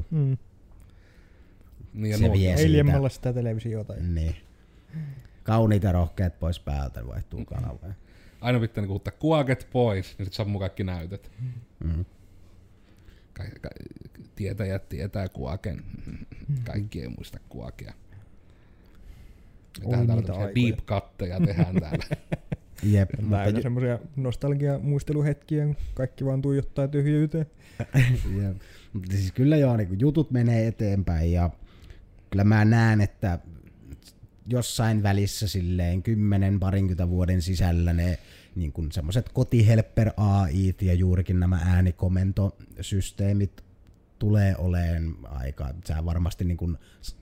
Niin se vie siitä. Hiljemmalla sitä televisiota. Niin. Kauniit ja rohkeat pois päältä, vaihtuu kanavaan. Aina pitää niinku huuttaa kuaket pois, niin sit sammuu kaikki näytöt. Tietäjät tietää kuaken. Kaikki ei muista kuakea. Tehdään täällä deep cutteja tehdään täällä. Jep, mutta semmoisia nostalgia-muisteluhetkiä, kun kaikki vaan tuijottaa tyhjyyteen. Mutta siis kyllä joo, niin jutut menee eteenpäin ja kyllä mä näen, että jossain välissä silleen 10-20 vuoden sisällä ne niin kuin semmoiset kotihelper AIt ja juurikin nämä äänikomentosysteemit tulee oleen aika, sä varmasti niin kuin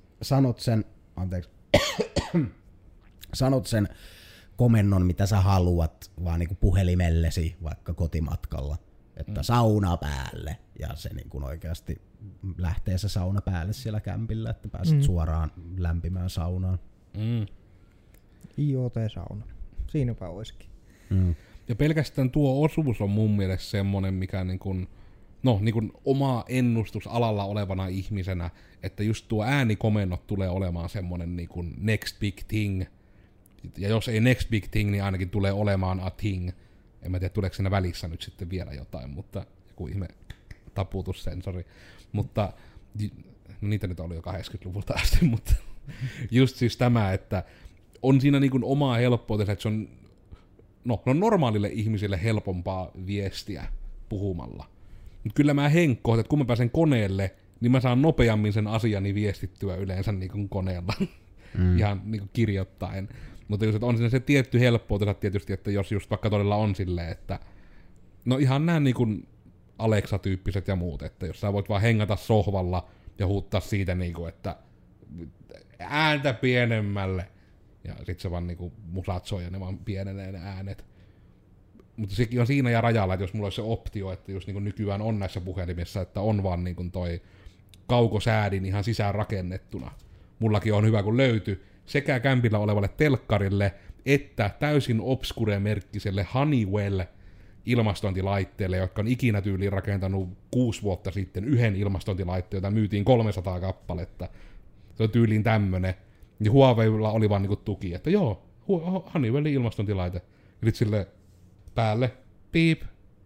sanot sen komennon, mitä sä haluat, vaan niin kuin puhelimellesi vaikka kotimatkalla, että sauna päälle, ja se niin kuin oikeasti lähtee se sauna päälle siellä kämpillä, että pääset suoraan lämpimään saunaan. IoT-sauna. Siinäpä olisikin. Ja pelkästään tuo osuus on mun mielestä semmonen, mikä niin kuin oma ennustus alalla olevana ihmisenä, että just tuo äänikomennot tulee olemaan semmonen niin kuin next big thing. Ja jos ei next big thing, niin ainakin tulee olemaan a thing. En mä tiedä, tuleeko siinä välissä nyt sitten vielä jotain, mutta joku ihme taputussensori. Mutta no niitä nyt oli jo 80-luvulta asti, mutta just siis tämä, että on siinä niin kuin omaa helppoutensa, että se on normaalille ihmisille helpompaa viestiä puhumalla. Mutta kyllä mä henkkoon, että kun mä pääsen koneelle, niin mä saan nopeammin sen asiani viestittyä yleensä niin kuin koneella. Ihan niin kuin kirjoittaen. Mutta just, että on siinä se tietty helppoutensa tietysti, että jos just vaikka todella on silleen, että no ihan nämä niin kuin Alexa-tyyppiset ja muut, että jos sä voit vaan hengata sohvalla ja huuttaa siitä niin kuin, että ääntä pienemmälle. Ja sit se vaan niinku musat soi ja ne vaan pienenee ne äänet. Mutta sekin on siinä ja rajalla, että jos mulla olisi se optio, että just niinku nykyään on näissä puhelimissa, että on vaan niinku toi kaukosäädin ihan sisään rakennettuna. Mullakin on hyvä, kun löytyi sekä kämpillä olevalle telkkarille, että täysin obscure-merkkiselle Honeywell ilmastointilaitteelle, jotka on ikinä tyyliin rakentanut 6 vuotta sitten yhden ilmastointilaitteen, jota myytiin 300 kappaletta. Se on tyyliin tämmönen. Ja Huaweilla oli vaan niinku tuki, että joo, Honeywellin ilmastointilaite. Ja sit sille päälle, piip.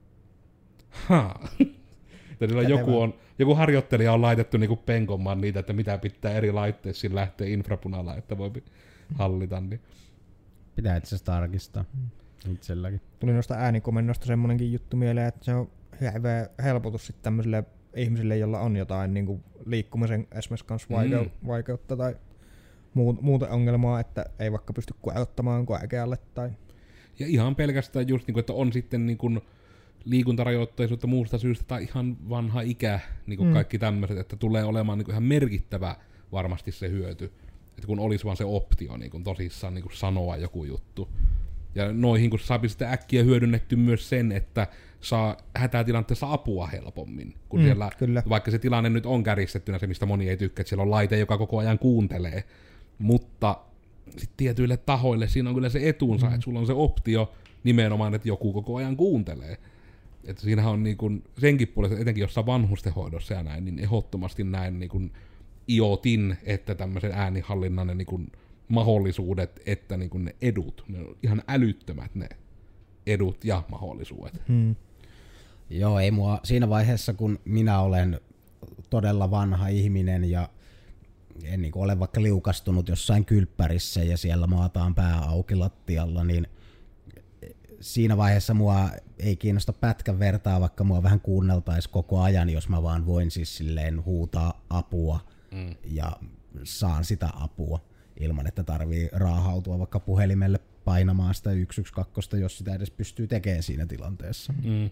Joku harjoittelija on laitettu niinku penkomaan niitä, että mitä pitää eri laitteissa lähteä infrapunalla, että voi hallita. Niin. Pitää itse asiassa tarkistaa itselläkin. Tuli noista äänikomennosta semmonenkin juttu mieleen, että se on hyvä helpotus sitten tämmöisille ihmisille, joilla on jotain niinku liikkumisen esimerkiksi kanssa vaikeutta tai muuten ongelmaa, että ei vaikka pysty koeottamaan koekealle tai... Ja ihan pelkästään just niinku, että on sitten niinku liikuntarajoitteisuutta muusta syystä tai ihan vanha ikä, niinku kaikki tämmöiset, että tulee olemaan niinku ihan merkittävä varmasti se hyöty. Että kun olisi vaan se optio niinku tosissaan niinku sanoa joku juttu. Ja noihin kun saa sitten äkkiä hyödynnetty myös sen, että saa hätätilanteessa apua helpommin. Kun siellä, vaikka se tilanne nyt on käristettynä se, mistä moni ei tykkää, että siellä on laite, joka koko ajan kuuntelee. Mutta sitten tietyille tahoille siinä on kyllä se etuunsa, että sulla on se optio nimenomaan, että joku koko ajan kuuntelee. Että siinähän on niinku senkin puolesta, etenkin jossain vanhustenhoidossa ja näin, niin ehdottomasti näin niinku IoTin, että tämmöisen äänihallinnan ne niinku mahdollisuudet, että niinku ne edut, ne on ihan älyttömät ne edut ja mahdollisuudet. Joo, ei mua siinä vaiheessa, kun minä olen todella vanha ihminen ja en niin ole vaikka liukastunut jossain kylppärissä ja siellä maataan pää auki lattialla, niin siinä vaiheessa mua ei kiinnosta pätkän vertaa, vaikka mua vähän kuunneltaisi koko ajan, jos mä vaan voin siis silleen huutaa apua ja saan sitä apua ilman, että tarvii raahautua vaikka puhelimelle painamaan sitä 112, jos sitä edes pystyy tekemään siinä tilanteessa.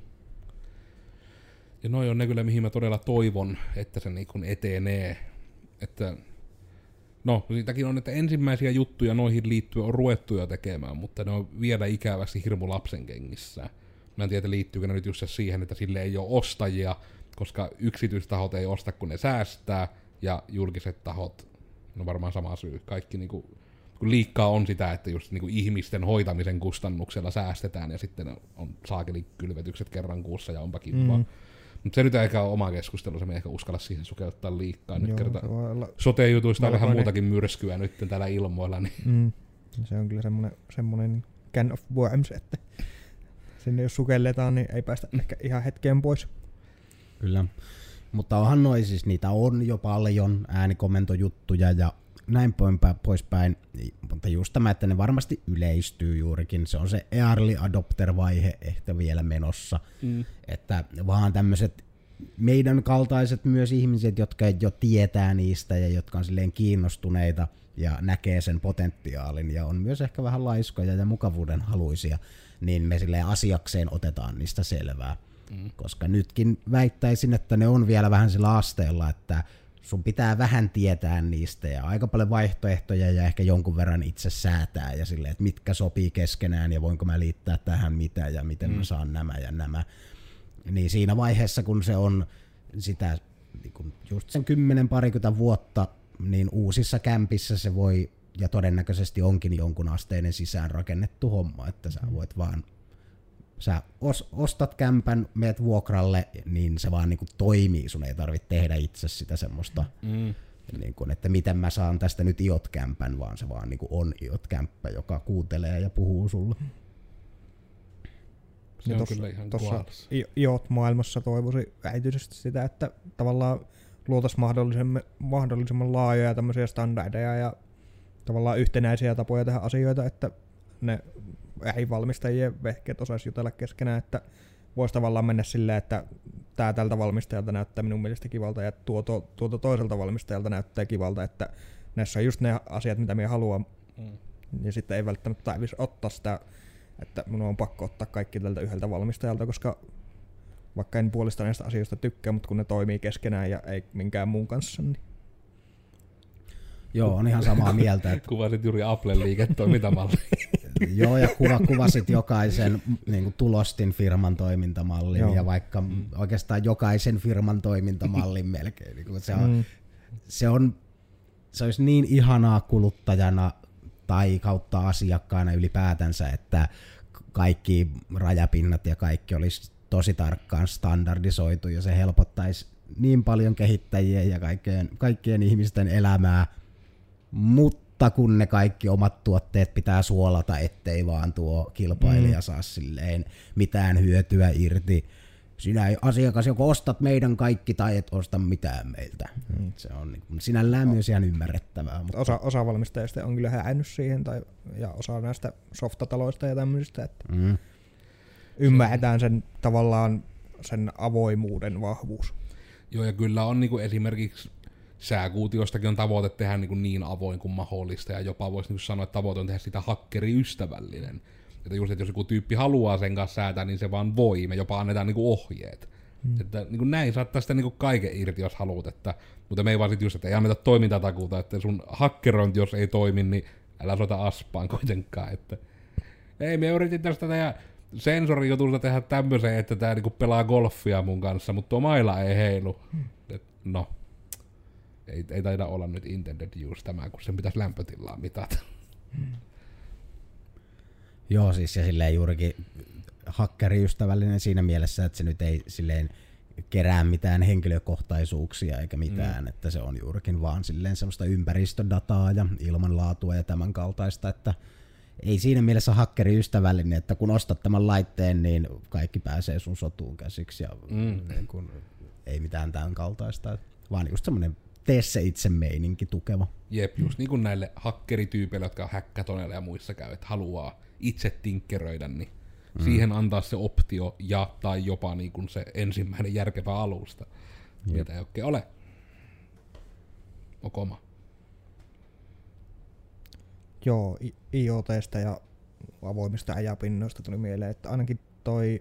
Ja noi on ne kyllä, mihin mä todella toivon, että se niin kuin etenee. Että no, siitäkin on, että ensimmäisiä juttuja noihin liittyen on ruvettu jo tekemään, mutta ne on vielä ikävästi hirmu lapsen kengissä. Mä en tiedä, liittyykö ne nyt just siihen, että sille ei ole ostajia, koska yksityistahot ei osta, kun ne säästää, ja julkiset tahot, no varmaan sama syy. Kaikki niinku, kun liikkaa on sitä, että just niinku ihmisten hoitamisen kustannuksella säästetään, ja sitten on saakelikylvetykset kerran kuussa, ja onpa kivaa. Mutta se nyt ei ehkä ole oma keskustelu, se me ehkä uskalla siihen sukeuttaa liikkaa. Nyt kerta sote-jutuista on vähän muutakin myrskyä nyt täällä ilmoilla. Niin. Se on kyllä semmoinen can of worms, että sinne jos sukelletaan, niin ei päästä ehkä ihan hetkeen pois. Kyllä, mutta onhan noi siis, niitä on jo paljon äänikomentojuttuja ja näin poispäin, mutta just tämä, että ne varmasti yleistyy juurikin, se on se early adopter-vaihe ehkä vielä menossa, että vaan tämmöiset meidän kaltaiset myös ihmiset, jotka jo tietää niistä ja jotka on silleen kiinnostuneita ja näkee sen potentiaalin ja on myös ehkä vähän laiskoja ja mukavuuden haluisia, niin me silleen asiakseen otetaan niistä selvää. Koska nytkin väittäisin, että ne on vielä vähän sillä asteella, että sun pitää vähän tietää niistä ja aika paljon vaihtoehtoja ja ehkä jonkun verran itse säätää ja silleen, että mitkä sopii keskenään ja voinko mä liittää tähän mitä ja miten mä saan nämä ja nämä. Niin siinä vaiheessa, kun se on sitä niin kun just sen 10-20 vuotta, niin uusissa kämpissä se voi, ja todennäköisesti onkin jonkun asteinen sisään rakennettu homma, että sä voit vaan, sä ostat kämpän, meet vuokralle, niin se vaan niin kuin toimii, sun ei tarvitse tehdä itse sitä semmoista, niin kuin, että miten mä saan tästä nyt IOT-kämpän, vaan se vaan niin kuin on IOT-kämppä, joka kuuntelee ja puhuu sulle. Se on kyllä ihan kuolassa. IOT-maailmassa toivoisin äityisesti sitä, että tavallaan luotaisiin mahdollisimman laajoja tämmöisiä standardeja ja tavallaan yhtenäisiä tapoja tehdä asioita, että ne valmistajien vehkeet osaisi jutella keskenään, että voisi tavallaan mennä silleen, että tää tältä valmistajalta näyttää minun mielestä kivalta ja tuolta toiselta valmistajalta näyttää kivalta, että näissä on just ne asiat, mitä minä haluan. Ja sitten ei välttämättä tarvitsisi ottaa sitä, että minun on pakko ottaa kaikki tältä yhdeltä valmistajalta, koska vaikka en puolesta näistä asioista tykkää, mutta kun ne toimii keskenään ja ei minkään muun kanssa, niin... Joo, on ihan samaa mieltä. Että... Kuvasit juuri Applen liiketoimintamallin. Joo, ja kuvasit jokaisen niin kuin tulostin firman toimintamallin. Joo. Ja vaikka oikeastaan jokaisen firman toimintamallin melkein. Niin se olisi niin ihanaa kuluttajana tai kautta asiakkaana ylipäätänsä, että kaikki rajapinnat ja kaikki olisi tosi tarkkaan standardisoitu ja se helpottaisi niin paljon kehittäjien ja kaikkien ihmisten elämää, mutta kun ne kaikki omat tuotteet pitää suolata, ettei vaan tuo kilpailija saa silleen mitään hyötyä irti. Sinä asiakas joko ostat meidän kaikki tai et osta mitään meiltä. Se on niin sinällään myös ihan ymmärrettävää. Mutta... Osa valmistajista on kyllä häännyt siihen, ja osa näistä softataloista ja tämmöisistä, että ymmärretään sen tavallaan sen avoimuuden vahvuus. Joo, ja kyllä on niin kuin esimerkiksi sääkuutiostakin on tavoite tehdä niin avoin kuin mahdollista, ja jopa voisi niin sanoa, että tavoite on tehdä sitä hakkeriystävällinen. Että just, että jos joku tyyppi haluaa sen kanssa säätää, niin se vaan voi, me jopa annetaan niin ohjeet. Että niin näin saattaa sitä niin kaiken irti, jos haluat, mutta me ei vaan sit just, että ei anneta toimintatakuuta, että sun hakkerointi, jos ei toimi, niin älä soita aspaan kuitenkaan, että ei, me yritin tästä tehdä sensorijutusta tehdä tämmöisen, että tää niinku pelaa golfia mun kanssa, mutta tuo maila ei heilu. No, ei taida olla nyt intended use tämä, kun sen pitäisi lämpötilaa mitata. Joo, siis ja silleen juurikin hakkeriystävällinen siinä mielessä, että se nyt ei silleen kerää mitään henkilökohtaisuuksia eikä mitään, että se on juurikin vaan silleen semmoista ympäristödataa ja ilmanlaatua ja tämän kaltaista, että ei siinä mielessä hakkeriystävällinen, että kun ostat tämän laitteen, niin kaikki pääsee sun sotuun käsiksi ja niin kun, ei mitään tämän kaltaista, vaan just semmoinen tee se itse meininki tukeva. Jep, just niin kuin näille hakkerityypeille, jotka on häkkätoneilla ja muissa käy, että haluaa itse tinkkeröidä, niin siihen antaa se optio ja tai jopa niin kuin se ensimmäinen järkevä alusta, mitä ei oikein ole. Okoma. Joo, IoT:stä ja avoimista äjäpinnoista tuli mieleen, että ainakin toi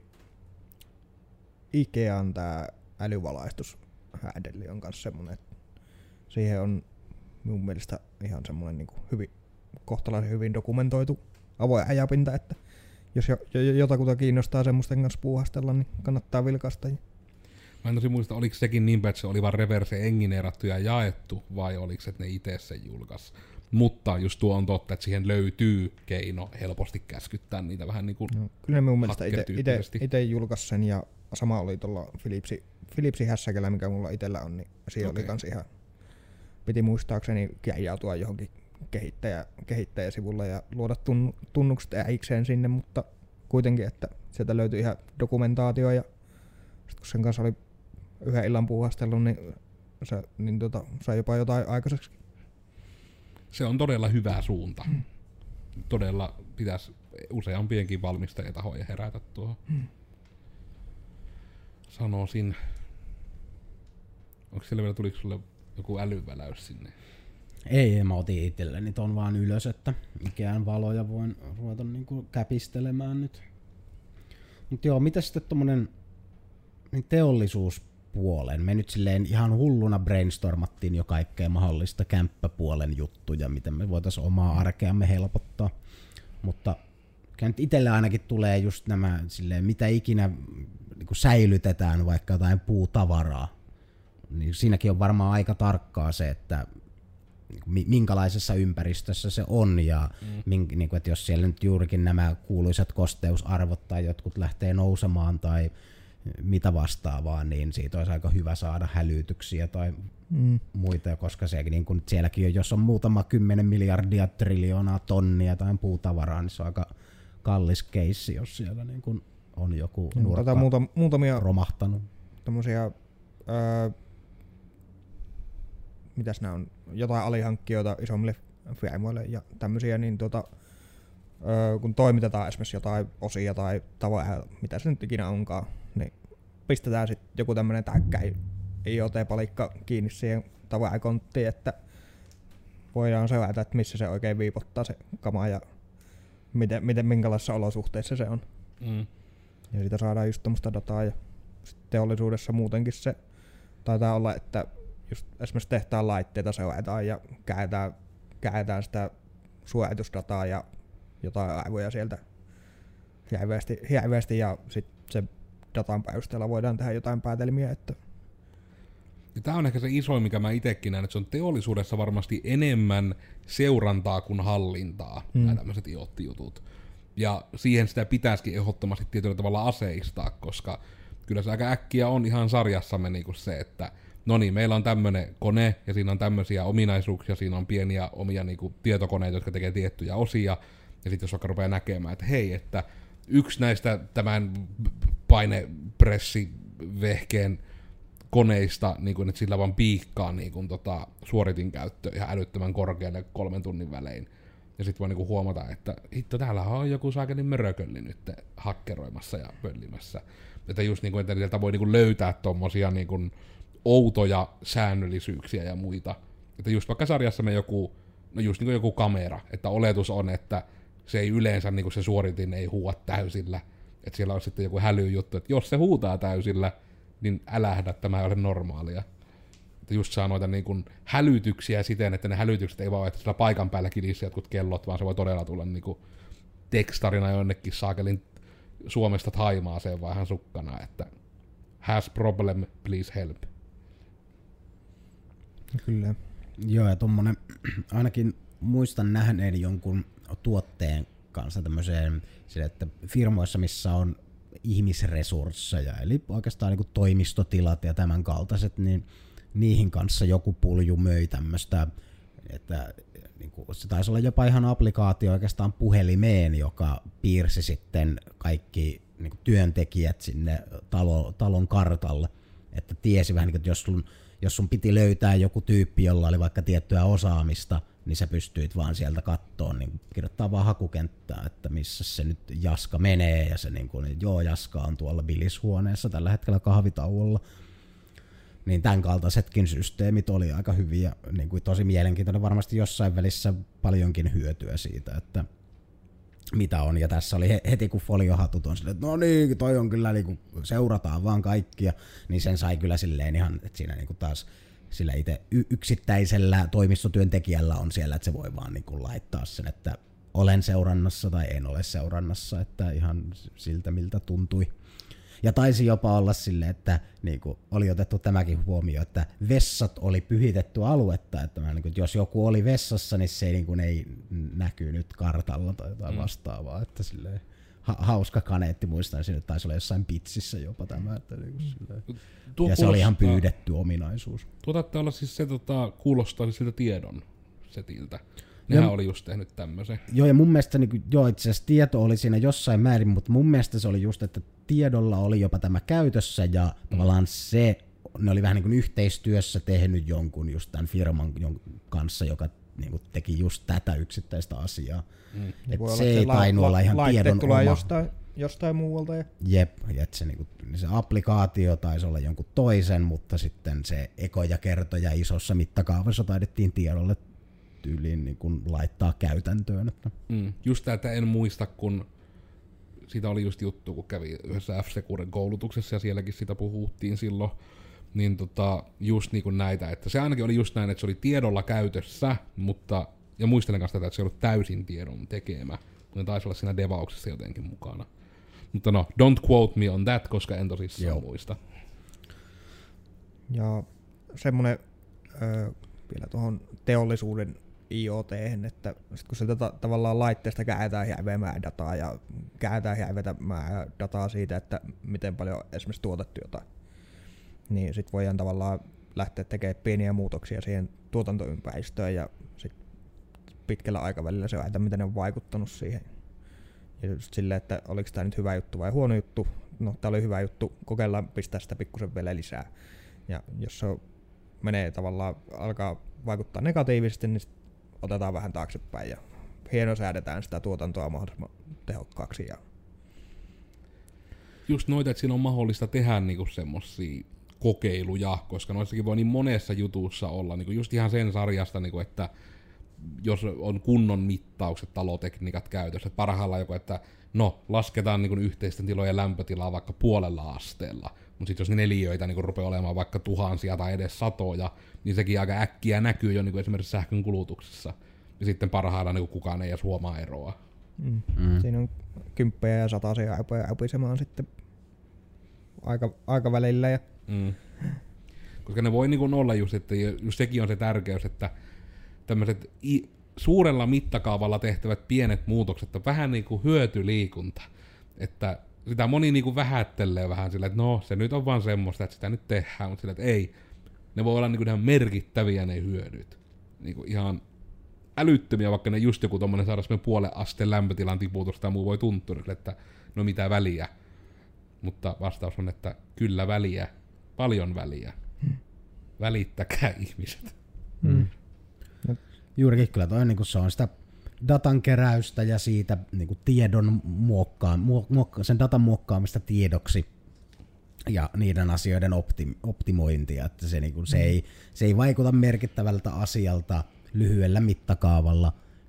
Ikean tää älyvalaistushäädeli on kanssa semmonen, että siihen on mun mielestä ihan semmonen niin hyvin, kohtalaisen hyvin dokumentoitu avoin äjäpinta, että jos jotakuta kiinnostaa semmoisten kanssa puuhastella, niin kannattaa vilkaista. Mä en tosi muista, oliko sekin niin päin, että se oli vaan reverse engineerattu ja jaettu, vai oliko se, että ne itse sen julkaisi. Mutta just tuo on totta, että siihen löytyy keino helposti käskyttää niitä vähän niin kuin kyllä mun mielestä itse julkaisi sen, ja sama oli tuolla Philipsin hässäkellä, mikä mulla itsellä on, niin siinä oli kans ihan, piti muistaakseni kirjautua johonkin kehittäjäsivulla ja luoda tunnukset äikseen sinne, mutta kuitenkin, että sieltä löytyi ihan dokumentaatio, ja sit kun sen kanssa oli yhden illan puuhastellut, niin sai jopa jotain aikaiseksi. Se on todella hyvä suunta. Todella pitäisi useampienkin valmistajatahoja herätä tuohon. Sanoisin. Onko siellä vielä, tuliko sulle joku älyväläys sinne? Ei, mä otin itselleni ton vaan ylös, että mikään valoja voin ruveta niinku käpistelemään nyt. Mut joo, mitä sitten tommonen teollisuuspuolen? Me nyt silleen ihan hulluna brainstormattiin jo kaikkea mahdollista kämppäpuolen juttuja, miten me voitais omaa arkeamme helpottaa. Mutta nyt itselle ainakin tulee just nämä silleen, mitä ikinä niinku säilytetään, vaikka jotain puutavaraa. niin siinäkin on varmaan aika tarkkaa se, että minkälaisessa ympäristössä se on ja niin kuin, että jos siellä nyt juurikin nämä kuuluisat kosteusarvot tai jotkut lähtee nousemaan tai mitä vastaavaa, niin siitä olisi aika hyvä saada hälytyksiä tai muita, koska se, niin kuin sielläkin jos on muutama 10 miljardia triljoonaa tonnia tai puutavaraa, niin se on aika kallis keissi, jos siellä niin kuin on joku nurkka muutamia romahtanut. Tämmöisiä, mitäs nämä on, jotain alihankkijoita isommille firmoille ja tämmöisiä, niin kun toimitetaan esimerkiksi jotain osia tai tavoja, mitä se nyt ikinä onkaan, niin pistetään sitten joku tämmöinen täkkäin IoT-palikka kiinni siihen tavojakonttiin, että voidaan seurata, että missä se oikein viipottaa se kama ja minkälaisissa olosuhteissa se on. Ja siitä saadaan just tämmöistä dataa ja teollisuudessa muutenkin se taitaa olla, että just esimerkiksi tehtaan laitteita seurataan ja käännetään sitä suoritusdataa ja jotain arvoja sieltä hirveästi ja sitten se datan perusteella voidaan tehdä jotain päätelmiä. Että tämä on ehkä se isoin, mikä mä itsekin näen, että se on teollisuudessa varmasti enemmän seurantaa kuin hallintaa, nämä tämmöiset IoT-jutut. Ja siihen sitä pitäisikin ehdottomasti tietyllä tavalla aseistaa, koska kyllä se aika äkkiä on ihan sarjassamme niinku se, että no niin, meillä on tämmöinen kone ja siinä on tämmöisiä ominaisuuksia, siinä on pieniä omia niinku tietokoneita, jotka tekee tiettyjä osia, ja sitten jos vaikka rupeaa näkemään, että hei, että yksi näistä tämän painepressivehkeen koneista, niin kuin, että sillä vaan piikkaa niin kuin, suoritin käyttö ihan älyttömän korkealle 3 tunnin välein. Ja sitten voi niin kuin, huomata, että hitto, täällä on joku saakelin mörökölli nyt hakkeroimassa ja pöllimässä. Että just niin kuin, että sieltä voi niin kuin, löytää tommosia niin kuin, outoja säännöllisyyksiä ja muita. Että just vaikka sarjassamme joku, no just niin kuin joku kamera, että oletus on, että se ei yleensä niin kuin se suoritin ei huua täysillä. Että siellä on sitten joku hälyjuttu, että jos se huutaa täysillä, niin älähdä, tämä ei ole normaalia. Että just saa noita niin kuin hälytyksiä siten, että ne hälytykset ei vaan ole, että sillä paikan päällä kilisi jotkut kellot, vaan se voi todella tulla niin kuin tekstarina jonnekin saakelin Suomesta Thaimaaseen vaan ihan sukkana, että has problem, please help. Kyllä. Joo, ja tommonen, ainakin muistan nähneeni jonkun tuotteen kanssa tämmöiseen, että firmoissa, missä on ihmisresursseja, eli oikeastaan niin kuin toimistotilat ja tämän kaltaiset, niin niihin kanssa joku pulju möi tämmöistä, että niin kuin, se taisi olla jopa ihan applikaatio oikeastaan puhelimeen, joka piirsi sitten kaikki niin kuin työntekijät sinne talon kartalle, että tiesi vähän, että jos sun piti löytää joku tyyppi, jolla oli vaikka tiettyä osaamista, niin sä pystyit vaan sieltä kattoon, niin kirjoittaa vaan hakukenttää, että missä se nyt Jaska menee, ja se niin kuin, joo, Jaska on tuolla bilishuoneessa tällä hetkellä kahvitauolla. Niin tämän kaltaisetkin systeemit oli aika hyviä, niin kuin tosi mielenkiintoinen, varmasti jossain välissä paljonkin hyötyä siitä, että mitä on. Ja tässä oli heti kun foliohatut on silleen, että no niin, toi on kyllä, niin kuin, seurataan vaan kaikkia, niin sen sai kyllä silleen ihan, että siinä niin kuin taas sillä itse yksittäisellä toimistotyöntekijällä on siellä, että se voi vaan niin kuin laittaa sen, että olen seurannassa tai en ole seurannassa, että ihan siltä miltä tuntui. Ja taisi jopa olla silleen, että niin kuin oli otettu tämäkin huomio, että vessat oli pyhitetty aluetta, että jos joku oli vessassa, niin se niin kuin ei näkynyt kartalla tai jotain vastaavaa, että silleen hauska kaneetti, muistan, että taisi olla jossain pitsissä jopa tämä. Että niin kuin ja se oli ihan pyydetty ominaisuus. Tuotatte olla siis se kuulostaa siltä tiedon setiltä. Nehän oli just tehnyt tämmöisen. Joo, ja mun mielestä niin, itse asiassa tieto oli siinä jossain määrin, mutta mun mielestä se oli just, että tiedolla oli jopa tämä käytössä, ja tavallaan ne oli vähän niin kuin yhteistyössä tehnyt jonkun just tämän firman kanssa, joka niin kuin teki just tätä yksittäistä asiaa. Että se ei tainnut olla ihan tiedon tulee oma. Jostain muualta. Jep, että se, niin kuin, se applikaatio taisi olla jonkun toisen, mutta sitten se ekoja kertoja isossa mittakaavassa taidettiin tiedolle tyyliin niin kuin laittaa käytäntöön. Että. Just tätä en muista, kun siitä oli just juttu, kun kävi yhdessä F-Securen koulutuksessa ja sielläkin sitä puhuttiin silloin, niin just niin kuin näitä, että se ainakin oli just näin, että se oli tiedolla käytössä, mutta, ja muistelen kanssa tätä, että se ei ollut täysin tiedon tekemä, mutta taisi olla siinä devauksessa jotenkin mukana. Mutta no, don't quote me on that, koska en tosissaan muista. Ja semmoinen vielä tuohon teollisuuden IoT:hen, että sit kun sieltä tavallaan laitteesta kääntää häivemään dataa ja kääntää häivetämään dataa siitä, että miten paljon esimerkiksi tuotettu jotain, niin sit voidaan tavallaan lähteä tekemään pieniä muutoksia siihen tuotantoympäristöön ja sit pitkällä aikavälillä se on, miten ne on vaikuttanut siihen. Ja just silleen, että oliko tämä nyt hyvä juttu vai huono juttu. No, tämä oli hyvä juttu, kokeillaan pistää sitä pikkusen vielä lisää. Ja jos se menee tavallaan, alkaa vaikuttaa negatiivisesti, niin otetaan vähän taaksepäin ja hienosäädetään sitä tuotantoa mahdollisimman tehokkaaksi. Ja just noita, että siinä on mahdollista tehdä niinku semmosia kokeiluja, koska noissakin voi niin monessa jutussa olla, niinku just ihan sen sarjasta, niinku, että jos on kunnon mittaukset, talotekniikat käytössä, että parhaillaan joku, että no, lasketaan niinku yhteisten tilojen lämpötilaa vaikka 0,5 asteella, mutta sitten jos neliöitä niinku rupeaa olemaan vaikka tuhansia tai edes satoja, niin sekin aika äkkiä näkyy jo niinku esimerkiksi sähkön kulutuksessa. Ja sitten parhaillaan niinku kukaan ei edes huomaa eroa. Siinä on 10 ja 100 apisemaan sitten aikavälillä. Ja Koska ne voi niinku olla just, että just sekin on se tärkeys, että tämmöiset suurella mittakaavalla tehtävät pienet muutokset on vähän niinku hyötyliikunta. Että sitä moni niinku vähättelee vähän sillä, että no se nyt on vaan semmoista, että sitä nyt tehdään, mutta sillä, että ei. Ne voi olla niinku ihan merkittäviä ne hyödyt. Niinku ihan älyttömiä, vaikka ne just joku tommonen saada semmoinen 0,5 asteen lämpötilan tiputus tai muu voi tuntua, että no mitä väliä. Mutta vastaus on, että kyllä väliä. Paljon väliä. Välittäkää ihmiset. Juurikin kyllä toi niin se on sitä datan keräystä ja siitä niin tiedon sen datan muokkaamista tiedoksi ja niiden asioiden optimointia, että se, niin se ei vaikuta merkittävältä asialta lyhyellä mittakaavalla,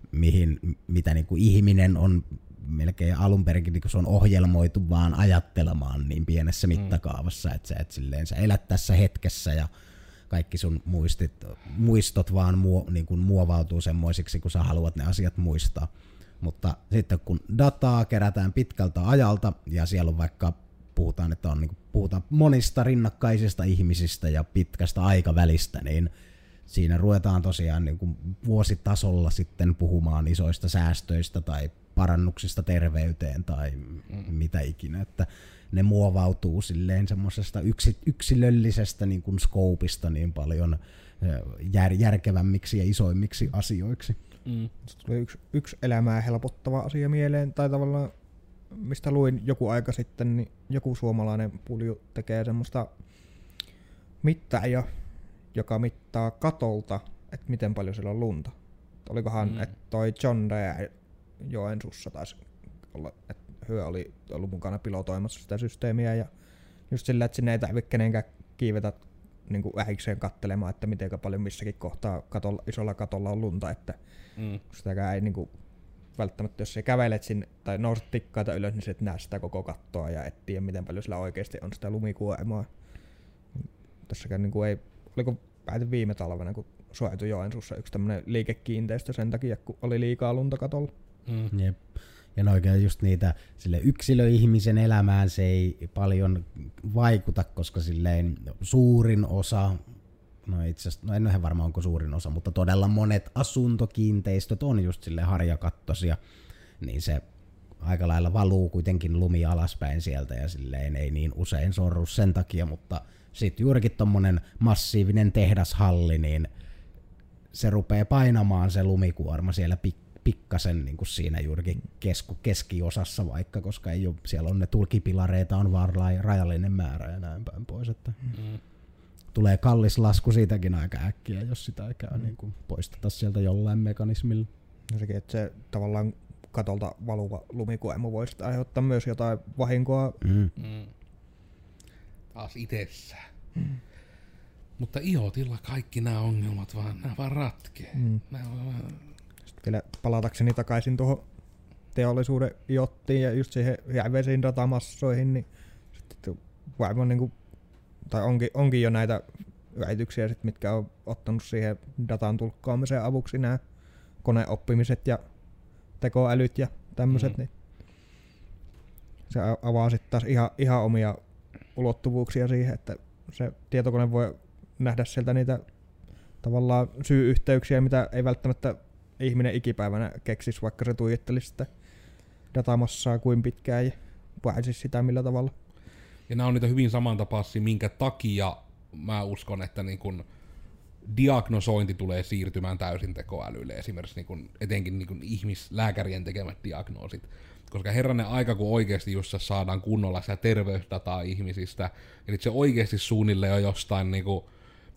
mitä niin ihminen on melkein alunperinkin, niin se on ohjelmoitu vaan ajattelemaan niin pienessä mittakaavassa, että sä elät tässä hetkessä ja kaikki sun muistot vaan muovautuu semmoisiksi, kun sä haluat ne asiat muistaa. Mutta sitten kun dataa kerätään pitkältä ajalta ja siellä on vaikka puhutaan monista rinnakkaisista ihmisistä ja pitkästä aikavälistä, niin siinä ruvetaan tosiaan niin kuin vuositasolla sitten puhumaan isoista säästöistä tai parannuksista terveyteen tai mitä ikinä, että ne muovautuu silleen semmoisesta yksilöllisestä niin kuin scopeista niin paljon järkevämmiksi ja isoimmiksi asioiksi. Tuli yksi elämää helpottava asia mieleen, tai tavallaan mistä luin joku aika sitten, niin joku suomalainen pulju tekee semmoista mittaajaa, joka mittaa katolta, että miten paljon siellä on lunta. Olikohan, että toi John Deere Joensuussa taisi olla, että hyö oli ollut mukana pilotoimassa sitä systeemiä ja just sillä, että sinne ei tarvitse kenenkään kiivetä niin ähikseen katselemaan, että miten paljon missäkin kohtaa isolla katolla on lunta, että sitäkään ei niin kuin, välttämättä, jos sä kävelet sinne tai nouset tikkaita ylös, niin sä et näe sitä koko kattoa ja et tiedä, miten paljon sillä oikeasti on sitä lumikuormaa. Tässäkään niin kuin ei, oliko päätin viime talvena, kun soitui Joensuussa yksi tämmönen liikekiinteistö sen takia, kun oli liikaa lunta katolla. Jep. Ja no oikein just niitä sille yksilöihmisen elämään se ei paljon vaikuta, koska silleen suurin osa, no itse asiassa, no en ole varmaan onko suurin osa, mutta todella monet asuntokiinteistöt on just silleen harjakattoisia, niin se aika lailla valuu kuitenkin lumi alaspäin sieltä ja silleen ei niin usein sorru sen takia, mutta sitten juurikin tommonen massiivinen tehdashalli, niin se rupeaa painamaan se lumikuorma siellä pikkasen niin kuin siinä juurikin keskiosassa vaikka, koska ei ole, siellä on ne tulkipilareita on vaan rajallinen määrä ja näin päin pois. Että tulee kallis lasku siitäkin aika äkkiä, jos sitä ei käy niin kuin poisteta sieltä jollain mekanismilla. Ja sekin, että se tavallaan katolta valuva lumikuorma voisi aiheuttaa myös jotain vahinkoa. Taas itsessään. Mutta IoTilla kaikki nämä ongelmat vaan ratkee. Sitten vielä palatakseni takaisin tuohon teollisuuden IoTiin ja just siihen jäiveisiin datamassoihin, niin sitten varmaan niin kuin, tai onkin jo näitä yrityksiä, mitkä on ottanut siihen datan tulkkaamiseen avuksi nämä koneoppimiset ja tekoälyt ja tämmöiset, niin se avaa sitten taas ihan omia ulottuvuuksia siihen, että se tietokone voi nähdä sieltä niitä tavallaan syy-yhteyksiä, mitä ei välttämättä ihminen ikipäivänä keksisi, vaikka se tuijottelisi sitä datamassaa kuin pitkään ja pääsisi sitä millä tavalla. Ja nämä on niitä hyvin samantapaisia, minkä takia mä uskon, että niin kun diagnosointi tulee siirtymään täysin tekoälylle, esimerkiksi niin kun, etenkin niin kun ihmislääkärien tekemät diagnoosit. Koska herranen aika, kun oikeasti just saadaan kunnolla sitä terveysdataa ihmisistä, eli se oikeasti suunnilleen on jostain niinku,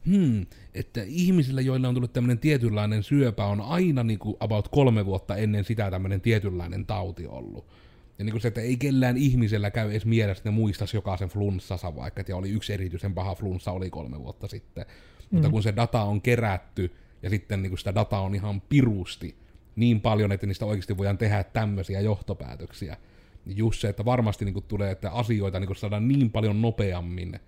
että ihmisillä, joilla on tullut tämmöinen tietynlainen syöpä, on aina niinku about 3 vuotta ennen sitä tämmöinen tietynlainen tauti ollut. Ja niinku se, että ei kellään ihmisellä käy edes mielessä, että ne muistaisi jokaisen flunssansa vaikka, että oli yksi erityisen paha flunssa oli 3 vuotta sitten. Mutta kun se data on kerätty, ja sitten niinku sitä dataa on ihan pirusti, niin paljon, että niistä oikeasti voidaan tehdä tämmöisiä johtopäätöksiä. Just se, että varmasti niinku tulee, että asioita niinku saadaan niin paljon nopeammin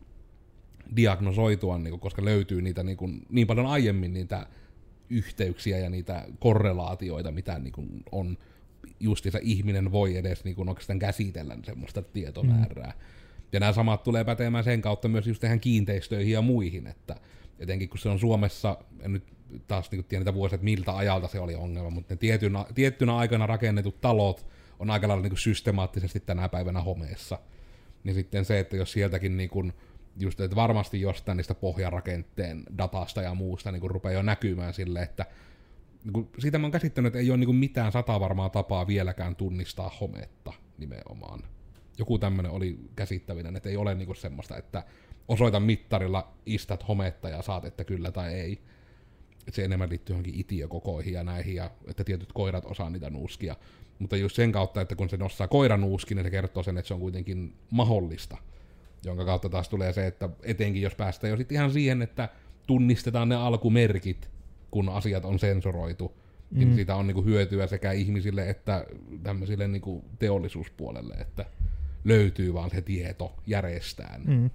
diagnosoitua, niinku, koska löytyy niitä niinku, niin paljon aiemmin niitä yhteyksiä ja niitä korrelaatioita, mitä niinku on justiinsa ihminen voi edes niinku oikeastaan käsitellä semmoista tietomäärää. Ja nämä samat tulee pätemään sen kautta myös just tähän kiinteistöihin ja muihin, että etenkin kun se on Suomessa, en nyt taas niin tiedä niitä vuosia, että miltä ajalta se oli ongelma, mutta ne tiettynä aikana rakennetut talot on aika lailla niin systemaattisesti tänä päivänä homeessa. Niin sitten se, että jos sieltäkin niin kuin, just, että varmasti jostain niistä pohjarakenteen datasta ja muusta niin kuin rupeaa jo näkymään silleen, että niin kuin, siitä mä oon käsittänyt, että ei ole niin kuin mitään satavarmaa tapaa vieläkään tunnistaa hometta nimenomaan. Joku tämmönen oli käsittävinen, että ei ole niin kuin semmoista, että osoita mittarilla, istät hometta ja saat, että kyllä tai ei. Että se enemmän liittyy johonkin itiökokoihin ja näihin, ja että tietyt koirat osaa niitä nuuskia. Mutta just sen kautta, että kun se nostaa koiran nuuskin, niin se kertoo sen, että se on kuitenkin mahdollista. Jonka kautta taas tulee se, että etenkin jos päästään jo sitten ihan siihen, että tunnistetaan ne alkumerkit, kun asiat on sensuroitu, niin siitä on niinku hyötyä sekä ihmisille että tämmöisille niinku teollisuuspuolelle, että löytyy vaan se tieto järjestään.